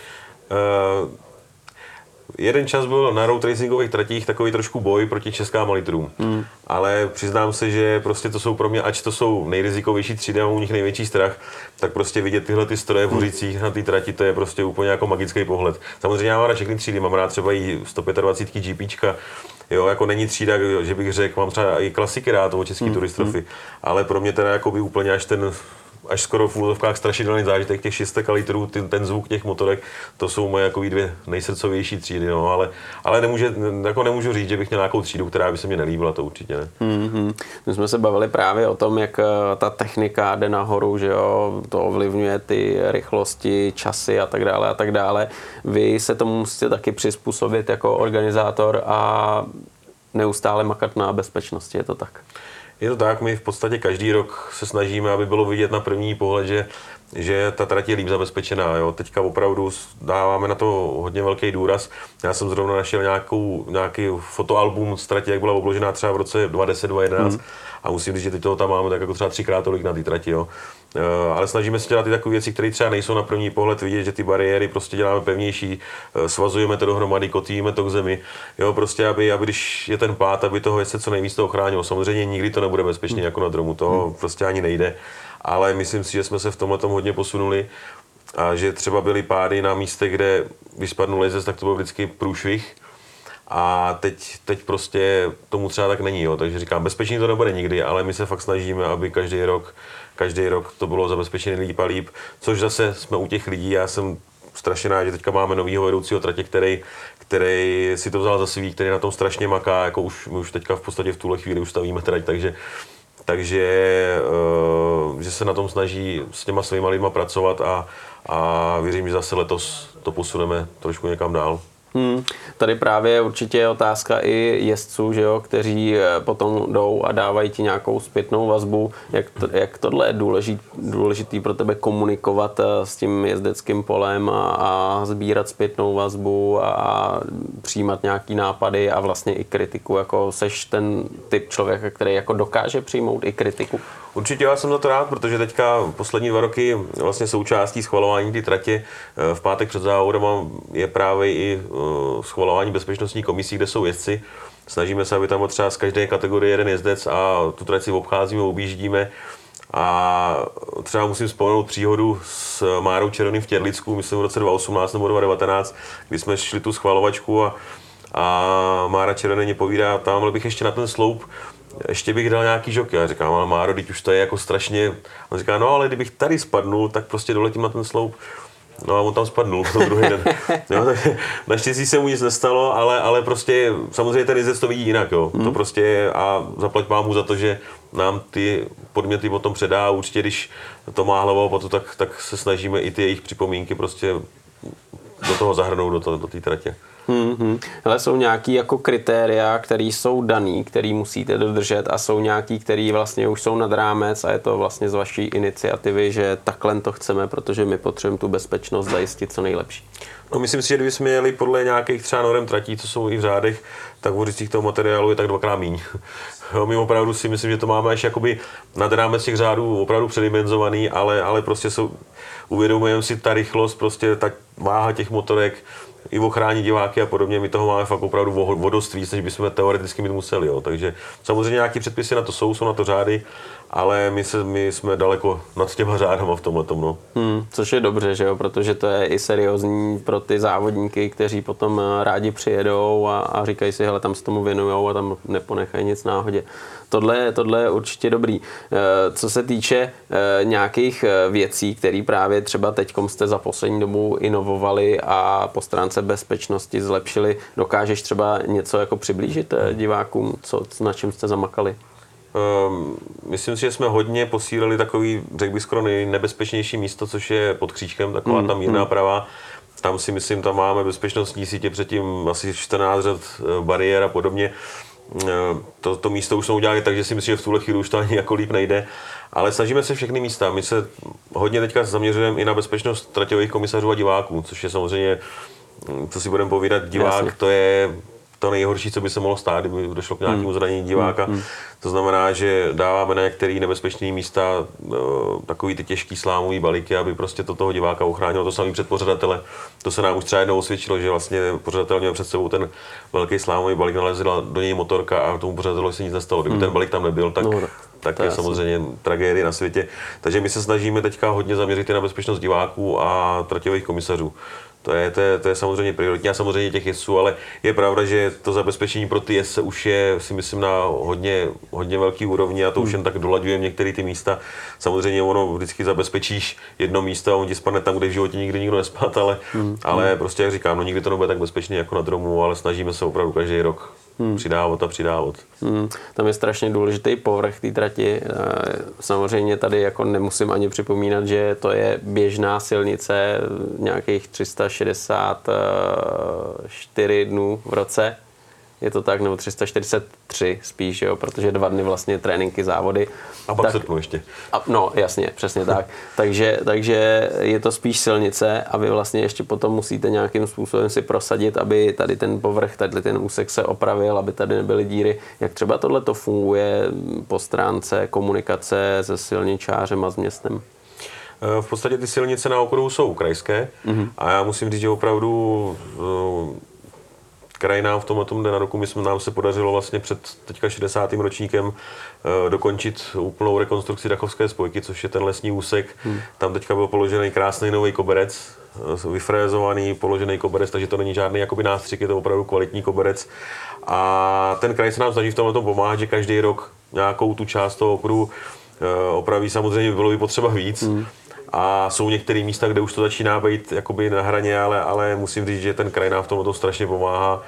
Jeden čas byl na road racingových tratích takový trošku boj proti českým litrům. Ale přiznám se, že prostě to jsou pro mě, ač to jsou nejrizikovější třídy a u nich největší strach, tak prostě vidět tyhle ty stroje v hořících na té trati, to je prostě úplně jako magický pohled. Samozřejmě já mám rád všechny třídy, mám rád třeba i 125 GPčka, jo, jako není třída, že bych řekl, mám třeba i klasiky rád, toho český turistrofy, ale pro mě teda jako by úplně až skoro v úvodovkách strašidelný zážitek těch 600 litrů, ten zvuk těch motorek, to jsou moje jako dvě nejsrdcovější třídy, no, ale nemůžu říct, že bych měl nějakou třídu, která by se mě nelíbila, to určitě ne. My jsme se bavili právě o tom, jak ta technika jde nahoru, že jo, to ovlivňuje ty rychlosti, časy a tak dále. Vy se tomu musíte taky přizpůsobit jako organizátor a neustále makat na bezpečnosti, je to tak? Je to tak, my v podstatě každý rok se snažíme, aby bylo vidět na první pohled, že ta trať je líp zabezpečená. Jo. Teďka opravdu dáváme na to hodně velký důraz. Já jsem zrovna našel nějaký fotoalbum z trati, jak byla obložená třeba v roce 2010-2011 a musím říct, že teď toho tam máme tak jako třeba 3x tolik na té trati. Jo. Ale snažíme se dělat i takové věci, které třeba nejsou na první pohled vidět, že ty bariéry prostě děláme pevnější, svazujeme to dohromady, kotíme to k zemi, jo, prostě aby když je ten pád, aby toho jezdce co nejvíc to ochránilo. Samozřejmě nikdy to nebude bezpečně jako na dromu, to prostě ani nejde, ale myslím si, že jsme se v tomhle tom hodně posunuli a že třeba byly pády na místech, kde když spadnul jezdec, tak to byl vždycky průšvih. A teď prostě tomu třeba tak není, jo. Takže říkám, bezpečný to nebude nikdy, ale my se fakt snažíme, aby každý rok to bylo zabezpečené líp a líp, což zase jsme u těch lidí, já jsem strašně rád, že teďka máme novýho vedoucího tratě, který si to vzal za svý, který na tom strašně maká, jako my už teďka v podstatě v tuhle chvíli už stavíme trať, takže že se na tom snaží s těma svýma lidma pracovat a věřím, že zase letos to posuneme trošku někam dál. Tady právě je určitě otázka i jezdců, že jo, kteří potom jdou a dávají ti nějakou zpětnou vazbu. Jak tohle je důležitý pro tebe komunikovat s tím jezdeckým polem a sbírat zpětnou vazbu a přijímat nějaký nápady a vlastně i kritiku? Jako seš ten typ člověka, který jako dokáže přijmout i kritiku? Určitě já jsem za to rád, protože teďka poslední 2 roky vlastně součástí schvalování té tratě v pátek před závodem je právě i schvalování bezpečnostní komisí, kde jsou jezdci. Snažíme se, aby tam třeba z každé kategorie jeden jezdec a tu trať si obcházíme, objíždíme. A třeba musím vzpomenout příhodu s Márou Červeným v Těrlicku, myslím v roce 2018 nebo 2019, kdy jsme šli tu schvalovačku a Mára Červený mě povídá, tamhle bych ještě na ten sloup ještě bych dal nějaký žoky. Já říkám, ale Máro, teď už to je jako strašně. On říká, no ale kdybych tady spadnul, tak prostě doletím na ten sloup. No a on tam spadnul v tom druhý den. Jo, tak naštěstí se mu nic nestalo, ale prostě samozřejmě ten jezdec to vidí jinak. Jo. To prostě a zaplať pámu za to, že nám ty podměty o tom předá. Určitě, když to má hlavu, tak se snažíme i ty jejich připomínky prostě do toho zahrnout, do té tratě. Ale jsou nějaký jako kritéria, které jsou daný, které musíte dodržet a jsou nějaký, které vlastně už jsou nad rámec a je to vlastně z vaší iniciativy, že takhle to chceme, protože my potřebujeme tu bezpečnost zajistit co nejlepší. No, myslím si, že kdybychom jeli podle nějakých třeba norem tratí, co jsou i v řádech, tak v hořicích toho materiálu je tak 2x míň. My opravdu si myslím, že to máme až jakoby nad rámec těch řádů opravdu předimenzovaný, ale prostě uvědomujeme si ta rychlost, prostě ta váha těch motorek, i ochránit diváky a podobně, my toho máme fakt opravdu o dost víc, než bychom teoreticky mít museli. Jo. Takže samozřejmě nějaké předpisy na to jsou na to řády, ale my jsme daleko nad těma řádama v tomhletom. No. Což je dobře, že jo? Protože to je i seriózní pro ty závodníky, kteří potom rádi přijedou a říkají si, hele, tam se tomu věnujou a tam neponechají nic náhodě. Tohle je určitě dobrý. Co se týče nějakých věcí, které právě třeba teďkom jste za poslední dobu inovovali a po stránce bezpečnosti zlepšili, dokážeš třeba něco jako přiblížit divákům, na čem jste zamakali? Myslím si, že jsme hodně posílili takový, řekl bych skoro nejnebezpečnější místo, což je pod Křížkem, taková tam mírná pravá. Tam si myslím, tam máme bezpečnostní sítě, předtím asi 14 řad bariér a podobně. To místo už jsme udělali tak, že si myslím, že v tuhle chvíli už to ani jako líp nejde. Ale snažíme se všechny místa. My se hodně teďka zaměřujeme i na bezpečnost traťových komisařů a diváků, což je samozřejmě, co si budeme povídat, divák, jasně. To je to nejhorší, co by se mohlo stát, kdyby došlo k nějakému zranění diváka. To znamená, že dáváme na některé nebezpečné místa takový ty těžký slámový balíky, aby prostě to toho diváka ochránilo. To samý před pořadatele. To se nám už třeba jednou osvědčilo, že vlastně pořadatel měl před sebou ten velký slámový balík, nalezla do něj motorka a tomu pořadateli se nic nestalo. Kdyby ten balík tam nebyl, tak je samozřejmě tragédie na světě. Takže my se snažíme teďka hodně zaměřit i na bezpečnost diváků a traťových komisařů. To je samozřejmě prioritní a samozřejmě těch jezdců, ale je pravda, že to zabezpečení pro ty jezdce už je, si myslím, na hodně velký úrovni a to už jen tak dolaďujeme některé ty místa. Samozřejmě ono vždycky zabezpečíš jedno místo a on ti spadne tam, kde v životě nikdy nikdo nespadl, ale prostě jak říkám, no nikdy to nebude tak bezpečný jako na dromu, ale snažíme se opravdu každý rok přidávat. Tam je strašně důležitý povrch té trati. Samozřejmě tady jako nemusím ani připomínat, že to je běžná silnice nějakých 364 dnů v roce. Je to tak, nebo 343 spíš, jo, protože 2 dny vlastně tréninky, závody. A pak srpnu ještě. No jasně, přesně tak. Takže je to spíš silnice a vy vlastně ještě potom musíte nějakým způsobem si prosadit, aby tady ten povrch, tady ten úsek se opravil, aby tady nebyly díry. Jak třeba tohle to funguje po stránce komunikace se silničářem a s městem? V podstatě ty silnice na okruhu jsou krajské a já musím říct, že opravdu kraj nám v tomhle den na roku, nám se podařilo vlastně před teďka 60. ročníkem dokončit úplnou rekonstrukci Dachovské spojky, což je ten lesní úsek. Tam teďka byl položený krásný nový koberec, vyfrézovaný, položený koberec, takže to není žádný jakoby nástřik, je to opravdu kvalitní koberec. A ten kraj se nám snaží v tomhle pomáhat, že každý rok nějakou tu část toho okruhu opraví. Samozřejmě bylo by potřeba víc. A jsou některé místa, kde už to začíná být jakoby na hraně, ale musím říct, že ten kraj nám v tomto strašně pomáhá.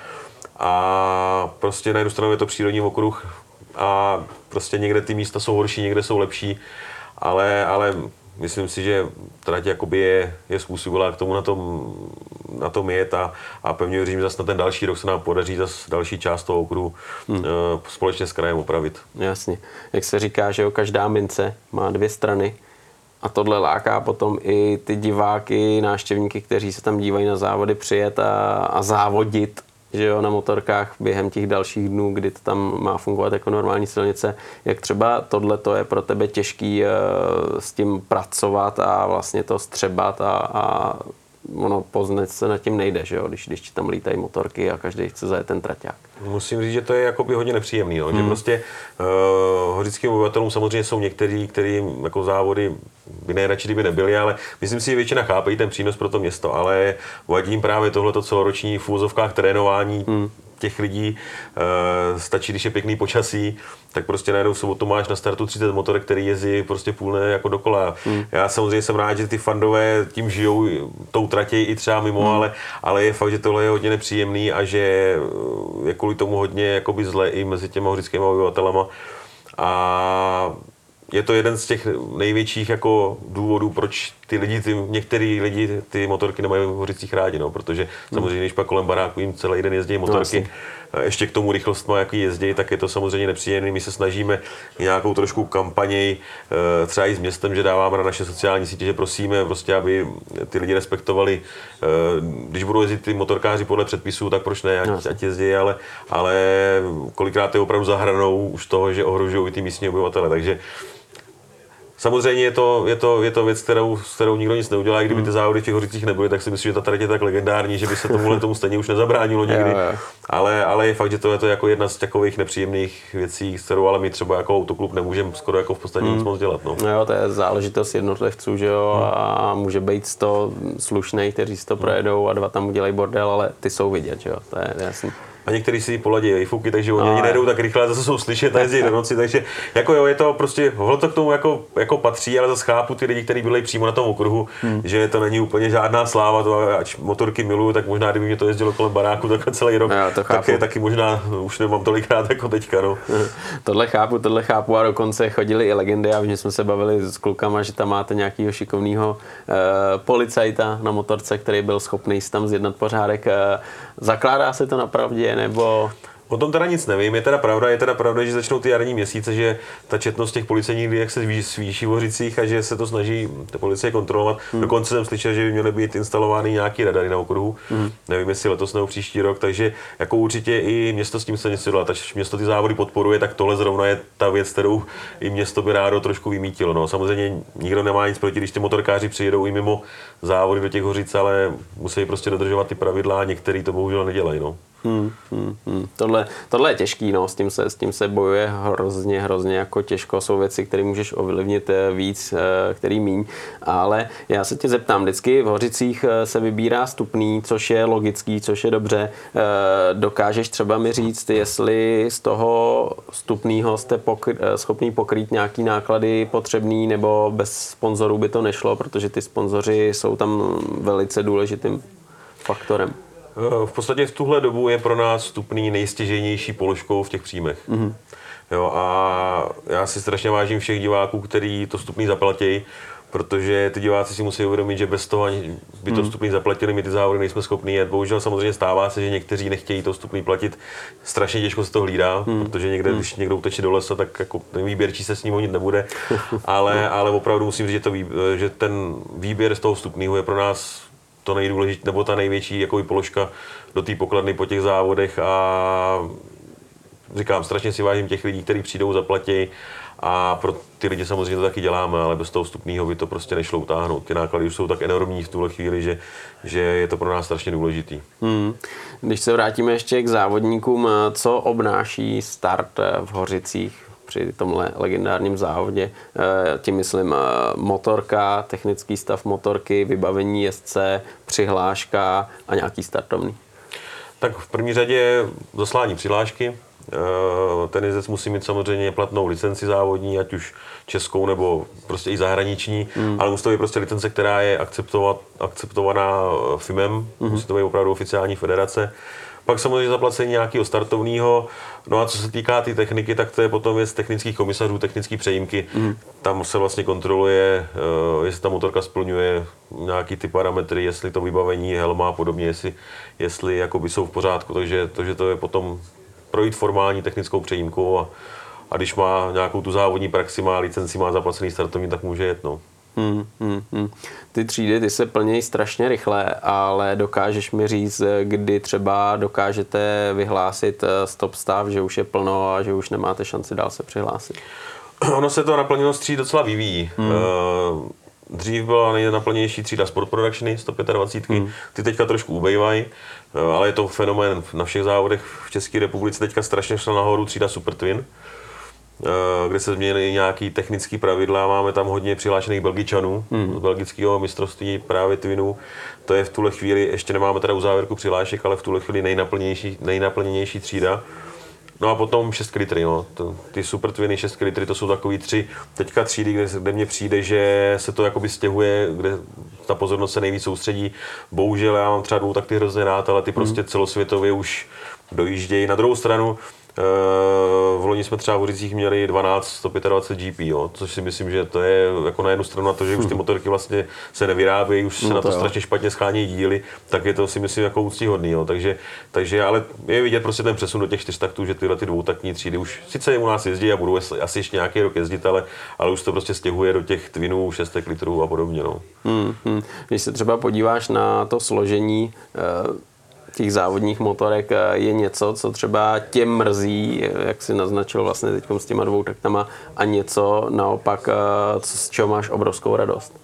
A prostě na jednu stranu je to přírodní okruh a prostě někde ty místa jsou horší, někde jsou lepší, ale myslím si, že trať jakoby je způsobila k tomu na tom jet a pevně věřím, že zase na ten další rok se nám podaří zase další část toho okruhu společně s krajem opravit. Jasně. Jak se říká, že každá mince má 2 strany. A tohle láká potom i ty diváky, návštěvníky, kteří se tam dívají na závody, přijet a závodit, že jo, na motorkách během těch dalších dnů, kdy to tam má fungovat jako normální silnice. Jak třeba tohle to je pro tebe těžký s tím pracovat a vlastně to střebat a ono poznat se nad tím nejde, že jo, když tam lítají motorky a každý chce zajet ten traťák. Musím říct, že to je jakoby hodně nepříjemný, no. Že prostě hořickým obyvatelům samozřejmě jsou někteří, kterým jako závody by nejradši kdyby nebyly, ale myslím si, že většina chápe ten přínos pro to město, ale vadí jim právě tohleto celoroční v úvozovkách trénování těch lidí. Stačí, když je pěkný počasí, tak prostě najednou v sobotu máš na startu 30 motorek, který jezdí prostě půl dne jako dokola. Já samozřejmě jsem rád, že ty fandové tím žijou, tou tratějí i třeba mimo, ale je fakt, že tohle je hodně nepříjemný a že je kvůli tomu hodně jakoby zle i mezi těma hořickými obyvatelama. A je to jeden z těch největších jako důvodů, proč některý lidi ty motorky nemají v Hořicích rádi, no, protože samozřejmě, když pak kolem baráku jim celý den jezdí motorky, ještě k tomu rychlostma, jaký jezdí, tak je to samozřejmě nepříjemné. My se snažíme nějakou trošku kampaněj, třeba i s městem, že dáváme na naše sociální sítě, že prosíme prostě, aby ty lidi respektovali, když budou jezdit ty motorkáři podle předpisů, tak proč ne, ať jezdí, ale kolikrát je opravdu za hranou už toho, že ohrožují i ty místní obyvatele, takže samozřejmě je to věc, s kterou nikdo nic neudělá. I kdyby ty závody v těch Hořicích nebyly, tak si myslím, že ta trať je tak legendární, že by se tomu stejně už nezabránilo nikdy. Jo. Ale je fakt, že to je to jako jedna z takových nepříjemných věcí, s kterou ale my třeba jako autoklub nemůžeme skoro jako v podstatě nic moc dělat. No. Jo, to je záležitost jednotlivců, že jo, a může být 100 slušných, kteří si to projedou a 2 tam udělají bordel, ale ty jsou vidět, že jo, to je jasný. a někteří si poladí vejfuky, takže oni ani nejdou tak rychle, zase jsou slyšet a jezdí do noci, takže jako jo, je to prostě, to k tomu jako patří, ale zase chápu ty lidi, kteří byli přímo na tom okruhu, že to není úplně žádná sláva, to ať motorky miluju, tak možná kdyby mě to jezdilo kolem baráku takhle celý rok, taky možná už nemám tolikrát jako teďka, no. Tohle chápu a dokonce chodili i legendy a my jsme se bavili s klukama, že tam máte nějakýho šikovného policajta na motorce, který byl schopný si tam zjednat pořádek. Zakládá se to na pravdě, nebo... O tom teda nic nevím, je teda pravda, že začnou ty jarní měsíce, že ta četnost těch policejních lidí se zvýší v Hořicích a že se to snaží ty policie kontrolovat. Dokonce jsem slyšel, že by měly být instalovány nějaký radary na okruhu. Nevím, jestli letos nebo příští rok, takže jako určitě i město s tím se něco dělá. Takže město ty závody podporuje, tak tohle zrovna je ta věc, kterou i město by rádo trošku vymítilo. No, samozřejmě nikdo nemá nic proti, když ty motorkáři přijedou i mimo závody do těch Hořic, ale musí prostě dodržovat ty pravidla a některý to bohužel nedělají. No. Tohle je těžký, no, s tím se bojuje hrozně jako těžko, jsou věci, které můžeš ovlivnit víc, který míň, ale já se tě zeptám, vždycky v Hořicích se vybírá vstupný, což je logický, což je dobře, dokážeš třeba mi říct, jestli z toho vstupného jste schopný pokrýt nějaký náklady potřebný, nebo bez sponzorů by to nešlo, protože ty sponzoři jsou tam velice důležitým faktorem. V podstatě v tuhle dobu je pro nás vstupný nejstěžejnější položkou v těch příjmech. Jo, a já si strašně vážím všech diváků, kteří to vstupný zaplatí, protože ty diváci si musí uvědomit, že bez toho by to vstupný zaplatili, my ty závody nejsme schopní jet. Bohužel samozřejmě stává se, že někteří nechtějí to vstupný platit. Strašně těžko se to hlídá, protože někde, když někdo uteče do lesa, tak jako ten výběrčí se s ním honit nebude. Ale opravdu musím říct, že ten výběr z toho vstupného je pro nás to nejdůležitější, nebo ta největší jako položka do té pokladny po těch závodech a říkám, strašně si vážím těch lidí, kteří přijdou, zaplatí a pro ty lidi samozřejmě to taky děláme, ale bez toho vstupného by to prostě nešlo utáhnout. Ty náklady už jsou tak enormní v tuhle chvíli, že je to pro nás strašně důležitý. Když se vrátíme ještě k závodníkům, co obnáší start v Hořicích při tomhle legendárním závodě? Tím myslím motorka, technický stav motorky, vybavení jezdce, přihláška a nějaký startovný. Tak v první řadě zaslání přihlášky. Ten jezdec musí mít samozřejmě platnou licenci závodní, ať už českou nebo prostě i zahraniční, ale musí to být prostě licence, která je akceptovaná FIMem, musí to být opravdu oficiální federace. Pak samozřejmě zaplacení nějakého startovního. No a co se týká té techniky, tak to je potom věc technických komisařů, technické přejímky. Tam se vlastně kontroluje, jestli ta motorka splňuje nějaký ty parametry, jestli to vybavení, helma a podobně, jestli jakoby jsou v pořádku. Takže to je potom projít formální technickou přejímkou a když má nějakou tu závodní praxi, má licenci, má zaplacený startovní, tak může jet. No. Ty třídy, ty se plnějí strašně rychle, ale dokážeš mi říct, kdy třeba dokážete vyhlásit stop stav, že už je plno a že už nemáte šanci dál se přihlásit? Ono se to naplněnost tříd docela vyvíjí. Dřív byla nejnaplnější třída Sport Productiony 125, ty teďka trošku ubejvají, ale je to fenomén na všech závodech v České republice. Teďka strašně šla nahoru třída Super Twin, kde se změnily nějaký technické pravidla. Máme tam hodně přihlášených Belgičanů z belgického mistrovství právě Twinů. To je v tuhle chvíli, ještě nemáme teda uzávěrku přihlášek, ale v tuhle chvíli nejnaplněnější třída. No a potom 6 litry, no. Ty Super Twiny 6 litry, to jsou takový 3 teďka třídy, kde mně přijde, že se to jakoby stěhuje, kde ta pozornost se nejvíc soustředí. Bohužel já mám třeba dvoutakty hrozně rád, ale ty prostě celosvětově už dojíždějí. Na druhou stranu, v loni jsme třeba v Hořicích měli 12 125 GP, jo, což si myslím, že to je jako na jednu stranu na to, že už ty motorky vlastně se nevyrábějí, už se na to strašně špatně schánějí díly, tak je to si myslím jako úctíhodný, jo. Takže ale je vidět prostě ten přesun do těch 4 taktů, že tyhle ty dvoutaktní třídy už sice u nás jezdí a budou asi ještě nějaký rok jezdit, ale už to prostě stěhuje do těch Twinů, 6 litrů a podobně, no. Když se třeba podíváš na to složení těch závodních motorek, je něco, co třeba tě mrzí, jak si naznačil vlastně teď s těma 2 taktama, a něco naopak, z čeho máš obrovskou radost?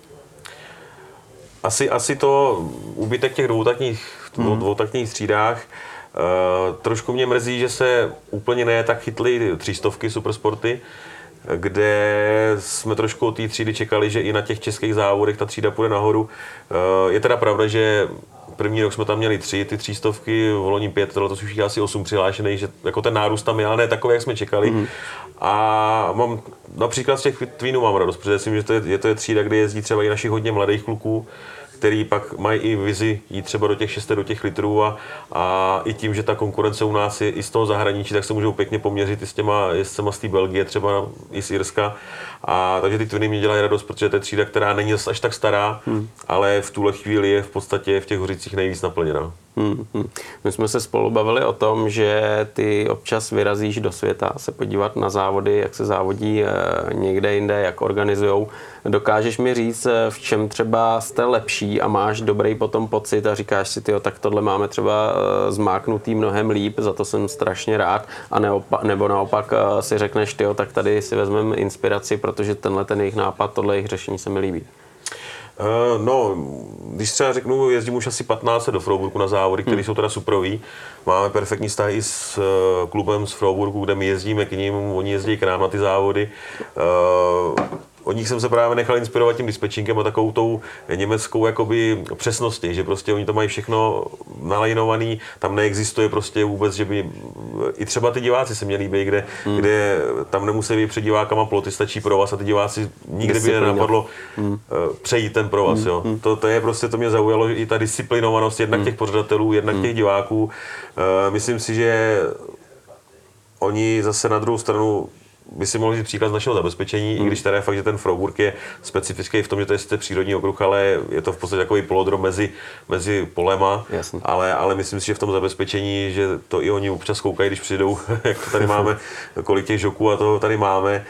Asi to úbytek těch dvoutaktních třídách. Trošku mě mrzí, že se úplně ne tak chytly 300 Supersporty, kde jsme trošku od té třídy čekali, že i na těch českých závodech ta třída půjde nahoru. Je teda pravda, že první rok jsme tam měli 3, ty 300, v loni 5, to už je asi 8 přihlášených, že jako ten nárůst tam je, ale ne takový, jak jsme čekali. A mám například z těch tweenů mám radost, protože myslím, že to je třída, kde jezdí třeba i našich hodně mladých kluků, který pak mají i vizi jít třeba do těch 6, do těch litrů a i tím, že ta konkurence u nás je i z toho zahraničí, tak se můžou pěkně poměřit i s těma jezdcema z té Belgie, třeba i z Irska. A takže ty twiny mě dělají radost, protože to je třída, která není až tak stará, ale v tuhle chvíli je v podstatě v těch Hořicích nejvíc naplněná. My jsme se spolu bavili o tom, že ty občas vyrazíš do světa se podívat na závody, jak se závodí někde jinde, jak organizujou. Dokážeš mi říct, v čem třeba jste lepší a máš dobrý potom pocit a říkáš si, tyjo, tak tohle máme třeba zmáknutý mnohem líp, za to jsem strašně rád, a nebo naopak si řekneš, tyjo, tak tady si vezmeme inspiraci, protože tenhle ten jejich nápad, tohle jejich řešení se mi líbí. No, když třeba řeknu, jezdím už asi 15 do Freiburgu na závody, které jsou teda superový. Máme perfektní vztahy i s klubem z Freiburgu, kde my jezdíme k ním, oni jezdí k nám na ty závody. Od nich jsem se právě nechal inspirovat tím dispečinkem a takovou tou německou jakoby přesností, že prostě oni to mají všechno nalajnovaný, tam neexistuje prostě vůbec, že by i třeba ty diváci se mě líbí, kde tam nemusí být před divákama ploty, stačí provaz a ty diváci nikdy by nenapadlo přejít ten provaz. Jo. To je prostě, to mě zaujalo, i ta disciplinovanost jednak těch pořadatelů, jednak těch diváků. Myslím si, že oni zase na druhou stranu by si mohli říct příklad z našeho zabezpečení, i když teda je fakt, že ten Freiburg je specifický v tom, že to je přírodní okruh, ale je to v podstatě takový polodrom mezi polema, ale myslím si, že v tom zabezpečení, že to i oni občas koukají, když přijdou, jak to tady máme, kolik těch žoků a toho tady máme,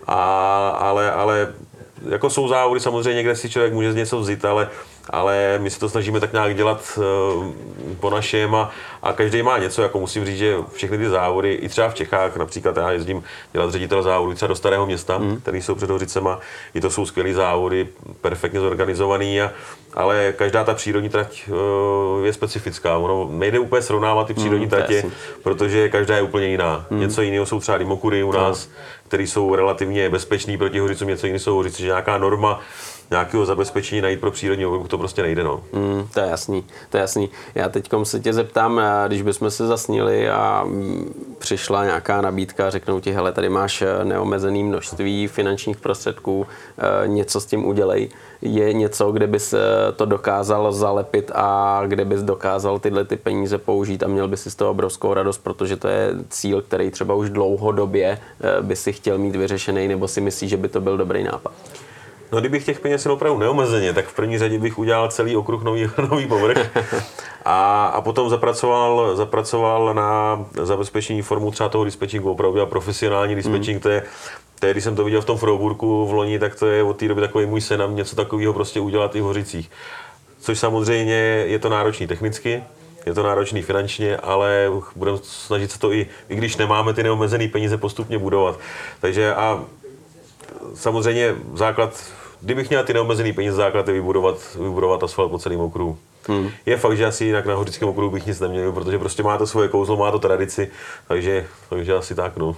ale jako jsou závody samozřejmě, kde si člověk může z něco vzít, ale my se to snažíme tak nějak dělat po našem a každý má něco, jako musím říct, že všechny ty závody, i třeba v Čechách, například já jezdím dělat ředitel závodů třeba do Starého Města, který jsou před Hořicema, i to jsou skvělý závody, perfektně zorganizovaný, ale každá ta přírodní trať je specifická. Ono nejde úplně srovnávat ty přírodní tratě, protože každá je úplně jiná. Něco jiného jsou třeba Dimokury u nás, které jsou relativně bezpečný proti Hořicům, něco jiného jsou Hořice, že nějaká norma nějakého zabezpečení najít pro přírodní okruh, to prostě nejde, no. To je jasný. Já teďkom se tě zeptám, když bychom se zasnili a přišla nějaká nabídka, řeknou ti, hele, tady máš neomezené množství finančních prostředků, něco s tím udělej. Je něco, kde bys to dokázal zalepit a kde bys dokázal tyhle ty peníze použít a měl bys si z toho obrovskou radost, protože to je cíl, který třeba už dlouhodobě by si chtěl mít vyřešený, nebo si myslíš, že by to byl dobrý nápad? No, kdybych těch peněz opravdu neomezeně, tak v první řadě bych udělal celý okruh nový povrch a potom zapracoval na zabezpečení formu třeba toho dispečingu, opravdu dělal profesionální dispečing, to je, když jsem to viděl v tom Freiburgu v loni, tak to je od té doby takový můj sen, něco takového prostě udělat i v Hořicích. Což samozřejmě je to náročný technicky, je to náročný finančně, ale budeme snažit se to i když nemáme ty neomezené peníze, postupně budovat. Takže a samozřejmě základ, kdybych měl ty neomezený peníze, základ je vybudovat asfalt po celém okruhu. Je fakt, že asi jinak na Hořickém okruhu bych nic neměl, protože prostě má to svoje kouzlo, má to tradici, takže asi tak, no.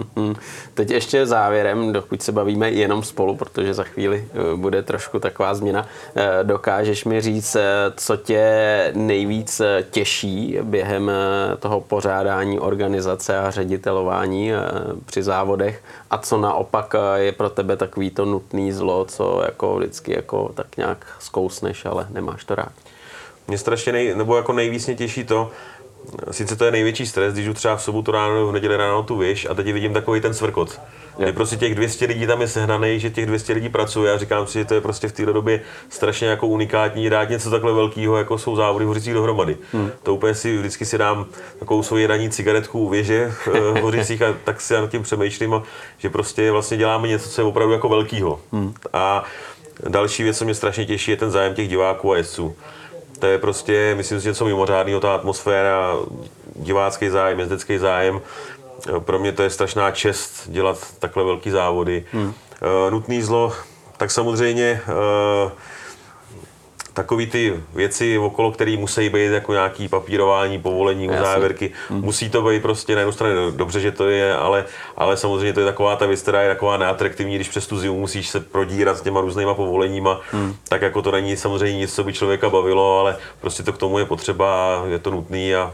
Teď ještě závěrem, dokud se bavíme jenom spolu, protože za chvíli bude trošku taková změna, dokážeš mi říct, co tě nejvíc těší během toho pořádání, organizace a ředitelování při závodech a co naopak je pro tebe takový to nutný zlo, co jako vždycky jako tak nějak zkousneš, ale nemáš to rád? Mě strašně nejvíc mě těší to, sice to je největší stres, když jdu třeba v sobotu ráno, v neděli ráno tu věž a teď vidím takový ten cvrkot. Kdy prostě těch 200 lidí tam je sehnaný, že těch 200 lidí pracuje a říkám si, že to je prostě v této době strašně jako unikátní dát něco takhle velkého, jako jsou závody v Hořicích dohromady. To úplně vždycky si dám takovou svoji ranní cigaretku u věže v Hořicích a tak si nad tím přemýšlím, že prostě vlastně děláme něco, co je opravdu jako velkého. A další věc, co mě strašně těší, je ten zájem těch diváků a jezdců. To je prostě, myslím si, něco mimořádného, ta atmosféra, divácký zájem, jezdecký zájem. Pro mě to je strašná čest dělat takhle velký závody. Nutný zlo, tak samozřejmě takový ty věci okolo, které musí být jako nějaký papírování, povolení, uzávěrky, musí to být prostě na jednu stranu dobře, že to je, ale samozřejmě to je taková ta věc, která je taková neatraktivní, když přes tu zimu musíš se prodírat s těma různýma povoleníma, tak jako to není samozřejmě nic, co by člověka bavilo, ale prostě to k tomu je potřeba, je to nutný a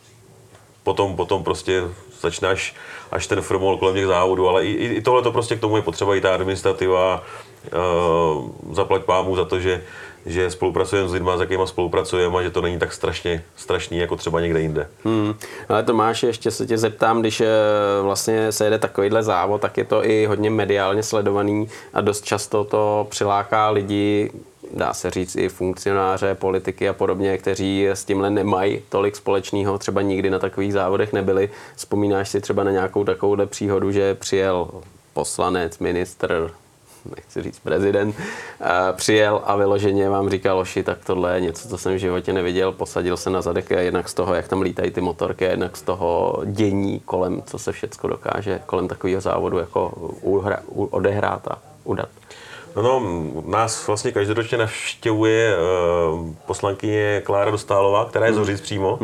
potom prostě začne až ten frmol kolem těch závodů, ale i tohle to prostě k tomu je potřeba, i ta administrativa, zaplať pámu za to, že spolupracujeme s lidmi, s jakýma spolupracujeme a že to není tak strašný jako třeba někde jinde. Ale Tomáš, ještě se tě zeptám, když vlastně se jede takovýhle závod, tak je to i hodně mediálně sledovaný a dost často to přiláká lidi, dá se říct i funkcionáře, politiky a podobně, kteří s tímhle nemají tolik společného, třeba nikdy na takových závodech nebyli. Vzpomínáš si třeba na nějakou takovouhle příhodu, že přijel poslanec, ministr, nechci říct prezident, přijel a vyloženě vám říkal: Oši, tak tohle je něco, co jsem v životě neviděl, posadil se na zadek a jednak z toho, jak tam lítají ty motorky, a jednak z toho dění kolem, co se všecko dokáže kolem takového závodu jako odehrát a udat. No, nás vlastně každoročně navštěvuje poslankyně Klára Dostálová, která je z Hořic přímo.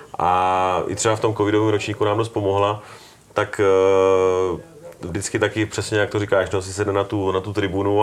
A i třeba v tom covidovém ročníku nám dost pomohla, tak vždycky taky přesně, jak to říkáš, no, si sedne na tu tribunu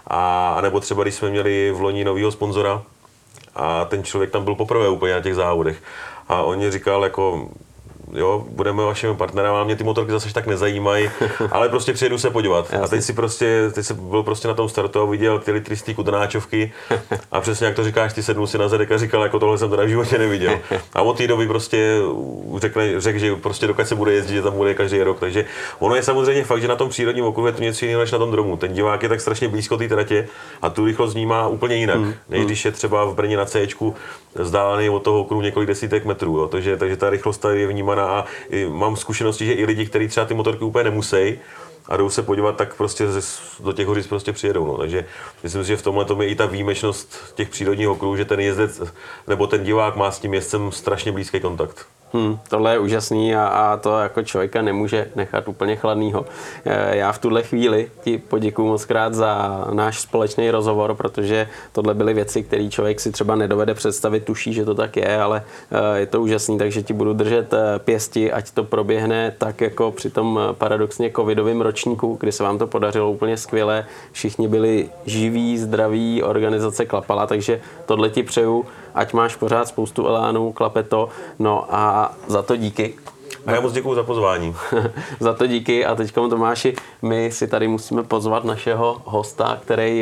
a nebo třeba, když jsme měli v loni novýho sponzora a ten člověk tam byl poprvé úplně na těch závodech a on mi říkal jako: jo, budeme vašimi partnery, ale mě ty motorky zase tak nezajímají, ale prostě přijedu se podívat. A teď si byl prostě na tom startu a viděl ty litristý kudanáčovky a přesně jak to říkáš, ty sednul si na zadek a říkal, jako tohle jsem teda v životě neviděl. A od té doby prostě řekl, že prostě dokud se bude jezdit, že tam bude každý rok. Takže ono je samozřejmě fakt, že na tom přírodním okruhu je to něco jiného než na tom dromu. Ten divák je tak strašně blízko té tratě a tu rychlost vnímá úplně jinak, než když je třeba v Brně na C-čku vzdálený od toho okruhu několik desítek metrů. Jo. Takže ta rychlost je vnímaná a mám zkušenosti, že i lidi, kteří třeba ty motorky úplně nemusí a jdou se podívat, tak prostě do těch Hořic prostě přijedou. No. Takže myslím si, že v tomhle tom je i ta výjimečnost těch přírodních okruhů, že ten jezdec nebo ten divák má s tím jezdcem strašně blízký kontakt. Tohle je úžasný a to jako člověka nemůže nechat úplně chladnýho. Já v tuhle chvíli ti poděkuju moc krát za náš společný rozhovor, protože tohle byly věci, které člověk si třeba nedovede představit, tuší, že to tak je, ale je to úžasný, takže ti budu držet pěsti, ať to proběhne tak jako při tom paradoxně covidovém ročníku, kdy se vám to podařilo úplně skvěle. Všichni byli živí, zdraví, organizace klapala, takže tohle ti přeju. Ať máš pořád spoustu elánu, klape to. No a za to díky. A já moc děkuju za pozvání. Za to díky a teďkom, Tomáši, my si tady musíme pozvat našeho hosta, který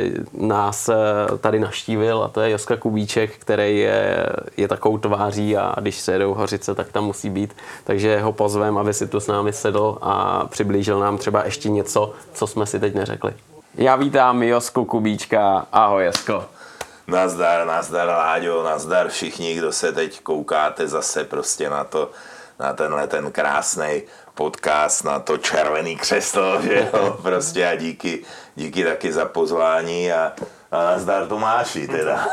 nás tady navštívil, a to je Joska Kubíček, který je takovou tváří a když se jedou Hořice, tak tam musí být. Takže ho pozvem, aby si tu s námi sedl a přiblížil nám třeba ještě něco, co jsme si teď neřekli. Já vítám Josku Kubíčka. Ahoj, Josko. Nazdar Láďo, nazdar všichni, kdo se teď koukáte zase prostě na tenhle ten krásný podcast, na to červený křeslo, že jo, prostě a díky taky za pozvání a nazdar Tomáši teda.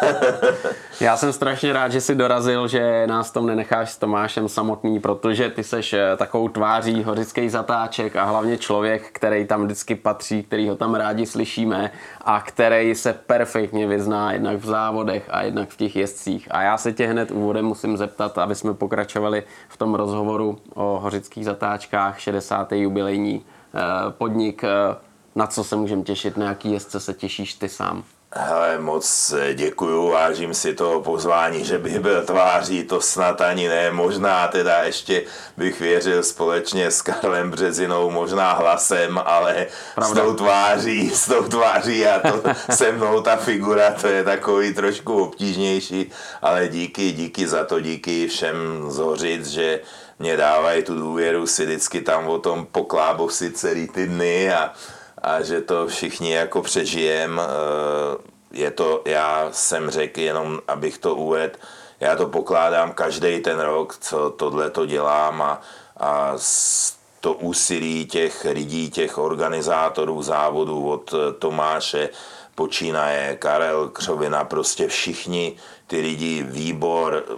Já jsem strašně rád, že jsi dorazil, že nás tom nenecháš s Tomášem samotný, protože ty seš takovou tváří hořických zatáček a hlavně člověk, který tam vždycky patří, který ho tam rádi slyšíme a který se perfektně vyzná jednak v závodech a jednak v těch jezdcích. A já se tě hned úvodem musím zeptat, aby jsme pokračovali v tom rozhovoru o hořických zatáčkách, 60. jubilejní podnik. Na co se můžeme těšit, na jaký jezdce se těšíš ty sám? Hele, moc děkuju, vážím si toho pozvání, že bych byl tváří, to snad ani ne, možná teda ještě bych věřil společně s Karlem Březinou, možná hlasem, ale s tou tváří a to se mnou ta figura, to je takový trošku obtížnější, ale díky za to, díky všem z Hořic, že mě dávají tu důvěru si vždycky tam o tom poklábosit celý ty dny a že to všichni jako přežijem. Je to, já jsem řekl, jenom abych to uvedl, já to pokládám každý ten rok, co tohleto dělám a to úsilí těch lidí, těch organizátorů závodů od Tomáše počínaje, Karel Křovina, prostě všichni ty lidi, výbor,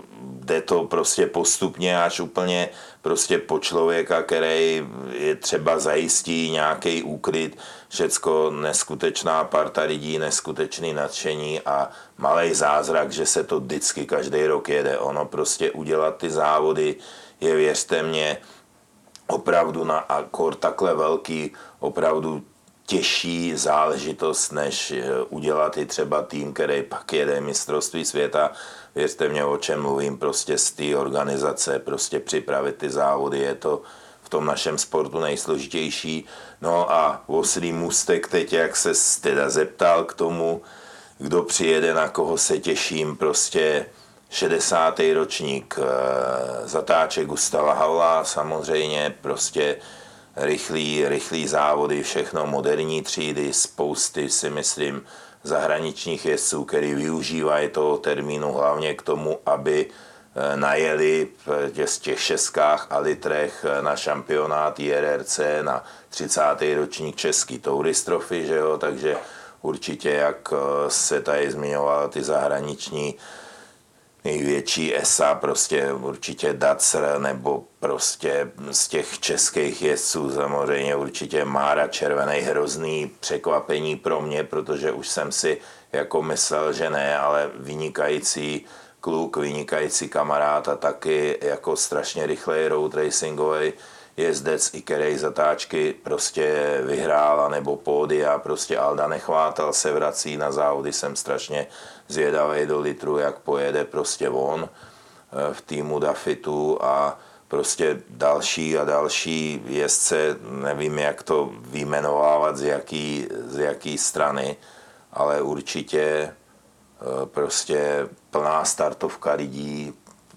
jde to prostě postupně až úplně prostě po člověka, který je třeba zajistí nějaký úkryt, všecko neskutečná parta lidí, neskutečný nadšení a malej zázrak, že se to vždycky každý rok jede. Ono prostě udělat ty závody je, věřte mě, opravdu na akord takhle velký, opravdu těžší záležitost, než udělat i třeba tým, který pak jede mistrovství světa. Věřte mě, o čem mluvím, prostě z té organizace, prostě připravit ty závody, je to v tom našem sportu nejsložitější. No a oslý můstek teď, jak se teda zeptal k tomu, kdo přijede, na koho se těším, prostě 60. ročník zatáček Gustava Havla, samozřejmě prostě rychlý závody, všechno moderní třídy, spousty si myslím zahraničních jezdců, který využívají toho termínu hlavně k tomu, aby najeli v těch šestkách a litrech na šampionát IRRC na 30. ročník Český Touristrofy, že jo, takže určitě, jak se tady zmiňoval, ty zahraniční největší ESA, prostě určitě Dacr, nebo prostě z těch českých jezdců samozřejmě určitě Mára Červenej, hrozný překvapení pro mě, protože už jsem si jako myslel, že ne, ale vynikající kluk, vynikající kamarád a taky jako strašně rychlej road racingový jezdec, i který zatáčky prostě vyhrál, nebo pódia, prostě Alda Nechvátal se vrací na závody, jsem strašně zvědavý do litru, jak pojede prostě on v týmu Dafitu a prostě další a další jezdce, nevím, jak to vyjmenovávat z jaký strany, ale určitě prostě plná startovka lidí,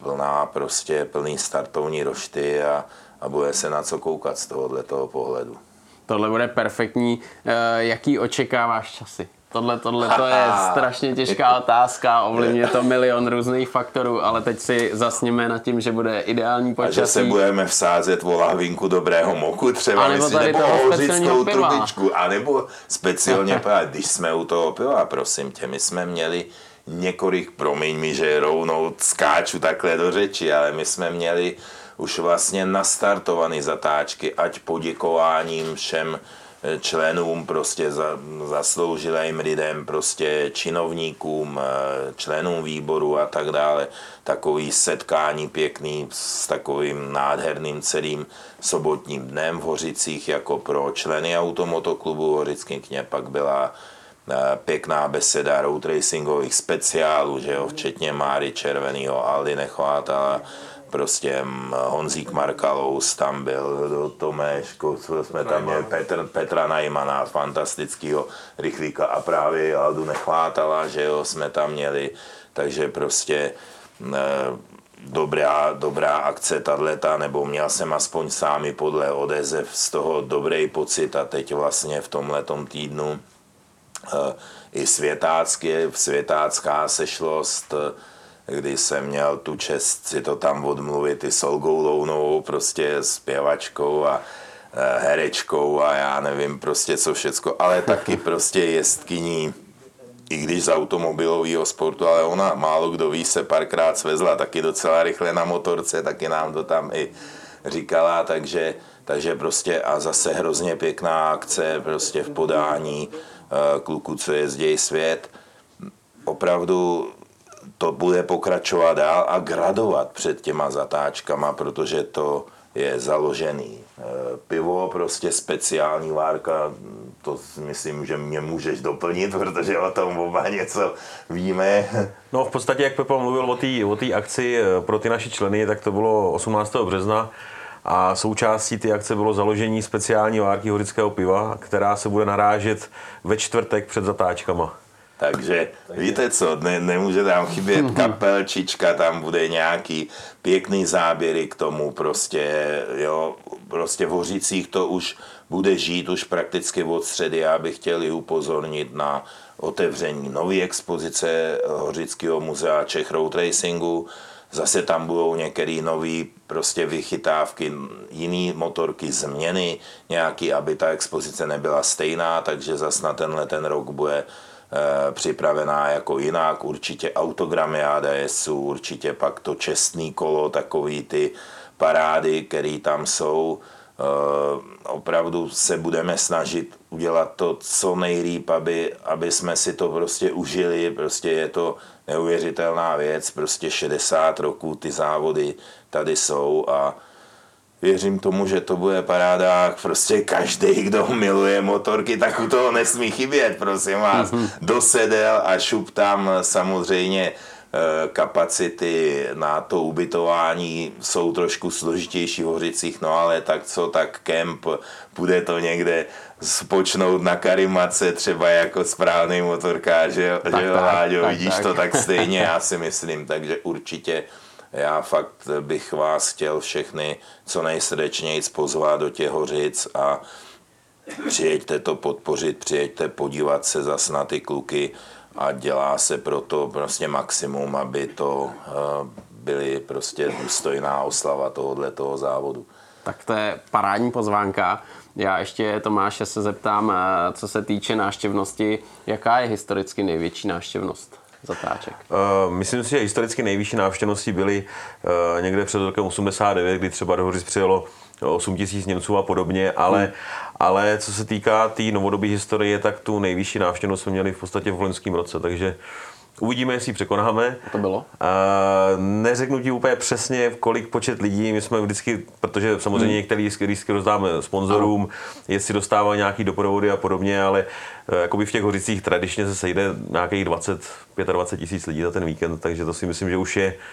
plný startovní rošty a bude se na co koukat z tohoto pohledu. Tohle bude perfektní. Jaký očekáváš časy? Tohle to je strašně těžká otázka, ovlivňuje to milion různých faktorů, ale teď si zasněme nad tím, že bude ideální počasí. A že se budeme vsázet o lahvinku dobrého moku třeba, nebo hořickou trubičku, anebo speciálně piva. Když jsme u toho piva, prosím tě, my jsme měli několik, promiň mi, že rovnou skáču takhle do řeči, ale my jsme měli už vlastně nastartovaný zatáčky, ať poděkováním všem členům, prostě zasloužilým lidem, prostě činovníkům, členům výboru a tak dále. Takový setkání pěkný s takovým nádherným celým sobotním dnem v Hořicích jako pro členy automotoklubu Horický Kně. Pak byla pěkná beseda road racingových speciálů, že jo, včetně Máry Červenýho, Aldy Nechvátala, prostě Honzík Markalous tam byl, Tomáško, co jsme tam měli, Petra Najmana, fantastického rychlíka a právě Aldu Nechvátala, že jo, jsme tam měli, takže prostě dobrá akce tato, nebo měl jsem aspoň sám i podle odezev z toho dobrý pocit a teď vlastně v tomhletom týdnu i světácká sešlost, kdy jsem měl tu čest si to tam odmluvit i s Olgou Lounovou, prostě zpěvačkou a herečkou a já nevím prostě co všecko, ale taky prostě jezdkyní, i když z automobilového sportu, ale ona málo kdo ví, se párkrát svezla taky docela rychle na motorce, taky nám to tam i říkala, takže prostě a zase hrozně pěkná akce prostě v podání kluků, co jezdí svět. Opravdu to bude pokračovat dál a gradovat před těma zatáčkama, protože to je založený. Pivo, prostě speciální várka, to myslím, že mě můžeš doplnit, protože o tom oba něco víme. No v podstatě, jak Pepa mluvil o té akci pro ty naši členy, tak to bylo 18. března a součástí té akce bylo založení speciální várky horického piva, která se bude narážet ve čtvrtek před zatáčkama. Takže víte co, nemůže tam chybět kapelčička, tam bude nějaký pěkný záběry k tomu, prostě, jo, prostě v Hořicích to už bude žít už prakticky od středy. Já bych chtěl i upozornit na otevření nové expozice Hořického muzea Czech Road Racingu. Zase tam budou některé nové prostě vychytávky, jiné motorky, změny nějaký, aby ta expozice nebyla stejná, takže zase na ten rok bude připravená jako jinak, určitě autogramy ADSu, určitě pak to čestný kolo, takový ty parády, které tam jsou. Opravdu se budeme snažit udělat to co nejlíp, aby jsme si to prostě užili, prostě je to neuvěřitelná věc, prostě 60 roků ty závody tady jsou a věřím tomu, že to bude paráda, prostě každý, kdo miluje motorky, tak u toho nesmí chybět, prosím vás, do sedel a šup tam samozřejmě kapacity na to ubytování jsou trošku složitější v Hořicích, no ale tak co, tak kemp, bude to někde spočnout na Karimace třeba jako správný motorkář, že jo, Láďo, vidíš to tak stejně, já si myslím, takže určitě já fakt bych vás chtěl všechny co nejsrdečněji pozvat do těch Hořic a přijeďte to podpořit, přijeďte podívat se zas na ty kluky a dělá se proto prostě maximum, aby to byly prostě důstojná oslava tohoto závodu. Tak to je parádní pozvánka. Já ještě Tomáše se zeptám, co se týče návštěvnosti, jaká je historicky největší návštěvnost zatáček? Myslím si, že historicky nejvyšší návštěvnosti byly někde před rokem 89, kdy třeba do Hořic přijelo 8 000 Němců a podobně, ale co se týká té novodobé historie, tak tu nejvyšší návštěvnost jsme měli v podstatě v loňském roce, takže uvidíme, jestli ji překonáme. To bylo? Neřeknu ti úplně přesně, kolik počet lidí, my jsme vždycky, protože samozřejmě některé lístky rozdáme sponzorům, jestli dostávají nějaký doprovody a podobně, ale jakoby v těch Hořicích tradičně se sejde nějakých 25 tisíc lidí za ten víkend, takže to si myslím, že už je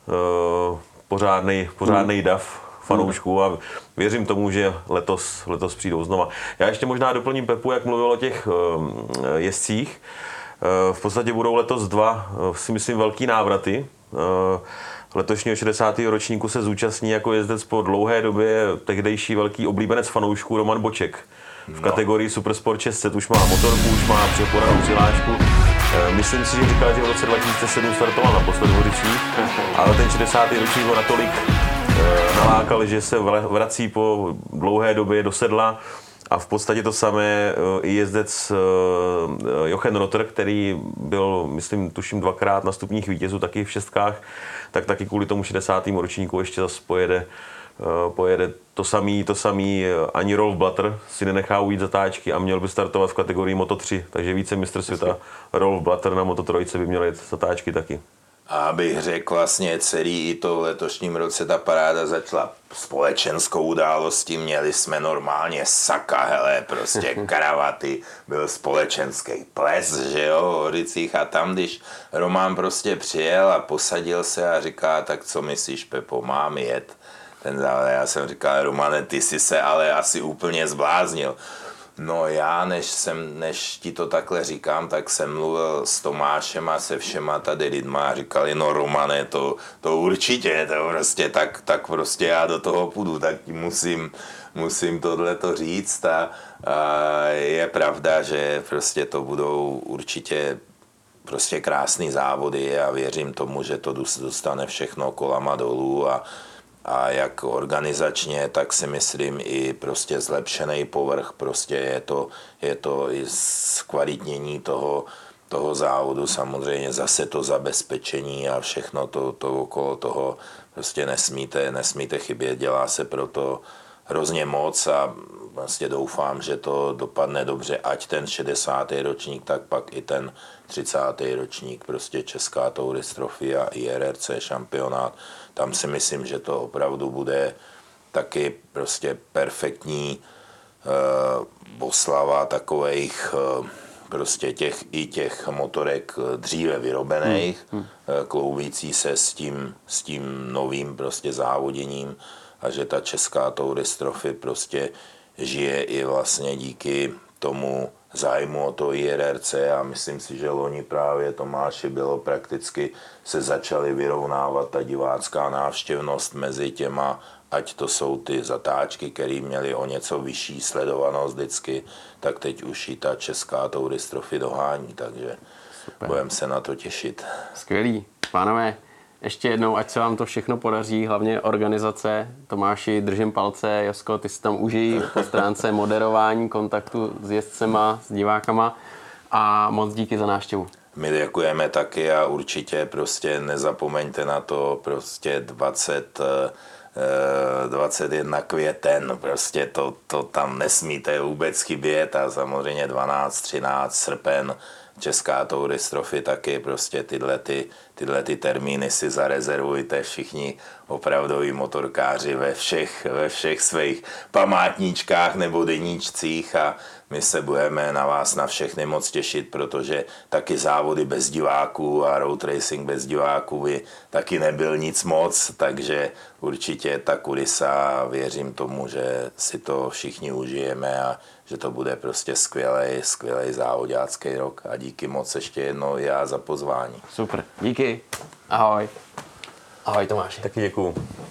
pořádnej dav fanoušků a věřím tomu, že letos přijdou znova. Já ještě možná doplním Pepu, jak mluvil o těch jezdcích. V podstatě budou letos dva, si myslím, velký návraty. Letošního 60. ročníku se zúčastní jako jezdec po dlouhé době tehdejší velký oblíbenec fanoušků Roman Boček. V kategorii Supersport 600 už má motorku, už má podanou přihlášku. Myslím si, že říkal, že v roce 2007 startoval naposled v Hořicích, ale ten 60. ročník ho natolik nalákal, že se vrací po dlouhé době do sedla. A v podstatě to samé i jezdec Jochen Rotter, který byl, myslím, tuším dvakrát na stupních vítězů, taky v šestkách, tak taky kvůli tomu 60. ročníku ještě zase pojede to samý ani Rolf Blatter si nenechá ujít zatáčky a měl by startovat v kategorii Moto3, takže vícemistr světa Rolf Blatter na Moto3 by měl jet zatáčky taky. A abych řekl vlastně celý i to v letošním roce ta paráda začala společenskou událostí, měli jsme normálně saka, hele, prostě kravaty, byl společenský ples, že jo, v Hořicích a tam, když Roman prostě přijel a posadil se a říká, tak co myslíš, Pepo, mám jet ten závod? Já jsem říkal, Romane, ty jsi se ale asi úplně zbláznil. No já, než ti to takhle říkám, tak jsem mluvil s Tomášem a se všema tady lidma a říkali, no Romane, to určitě, to prostě, tak prostě já do toho půjdu, tak ti musím tohleto říct a je pravda, že prostě to budou určitě prostě krásný závody a věřím tomu, že to dostane všechno kolama dolů a jak organizačně, tak si myslím i prostě zlepšený povrch, prostě je to i zkvalitnění toho závodu, samozřejmě zase to zabezpečení a všechno to okolo toho prostě nesmíte chybět, dělá se proto hrozně moc a vlastně doufám, že to dopadne dobře, ať ten 60. ročník, tak pak i ten 30. ročník, prostě Česká Tourist Trophy a IRRC šampionát. Tam si myslím, že to opravdu bude taky prostě perfektní oslava takových prostě těch motorek dříve vyrobených, kloubící se s tím novým prostě závoděním a že ta Česká Tourist Trophy prostě žije i vlastně díky tomu zájmu o to IRRC a myslím si, že loni právě Tomáši bylo prakticky se začaly vyrovnávat ta divácká návštěvnost mezi těma, ať to jsou ty zatáčky, které měly o něco vyšší sledovanost vždycky, tak teď už i ta Česká Tourist Trophy dohání, takže budeme se na to těšit. Skvělý. Pánové, ještě jednou, ať se vám to všechno podaří, hlavně organizace. Tomáši, držím palce, Josko, ty si tam užij po stránce moderování, kontaktu s jezdcema, s divákama a moc díky za návštěvu. My děkujeme taky a určitě prostě nezapomeňte na to, prostě 21 květen, prostě to tam nesmíte vůbec chybět a samozřejmě 12, 13 srpen, Česká Tourist Trophy taky, prostě tyhle termíny si zarezervujte všichni opravdoví motorkáři ve všech svých památníčkách nebo deníčcích a my se budeme na vás na všechny moc těšit, protože taky závody bez diváků a road racing bez diváků by taky nebyl nic moc, takže určitě ta kulisa, věřím tomu, že si to všichni užijeme a že to bude prostě skvělej závodácký rok a díky moc ještě jednou já za pozvání. Super, díky, ahoj. Ahoj Tomáši. Taky děkuju.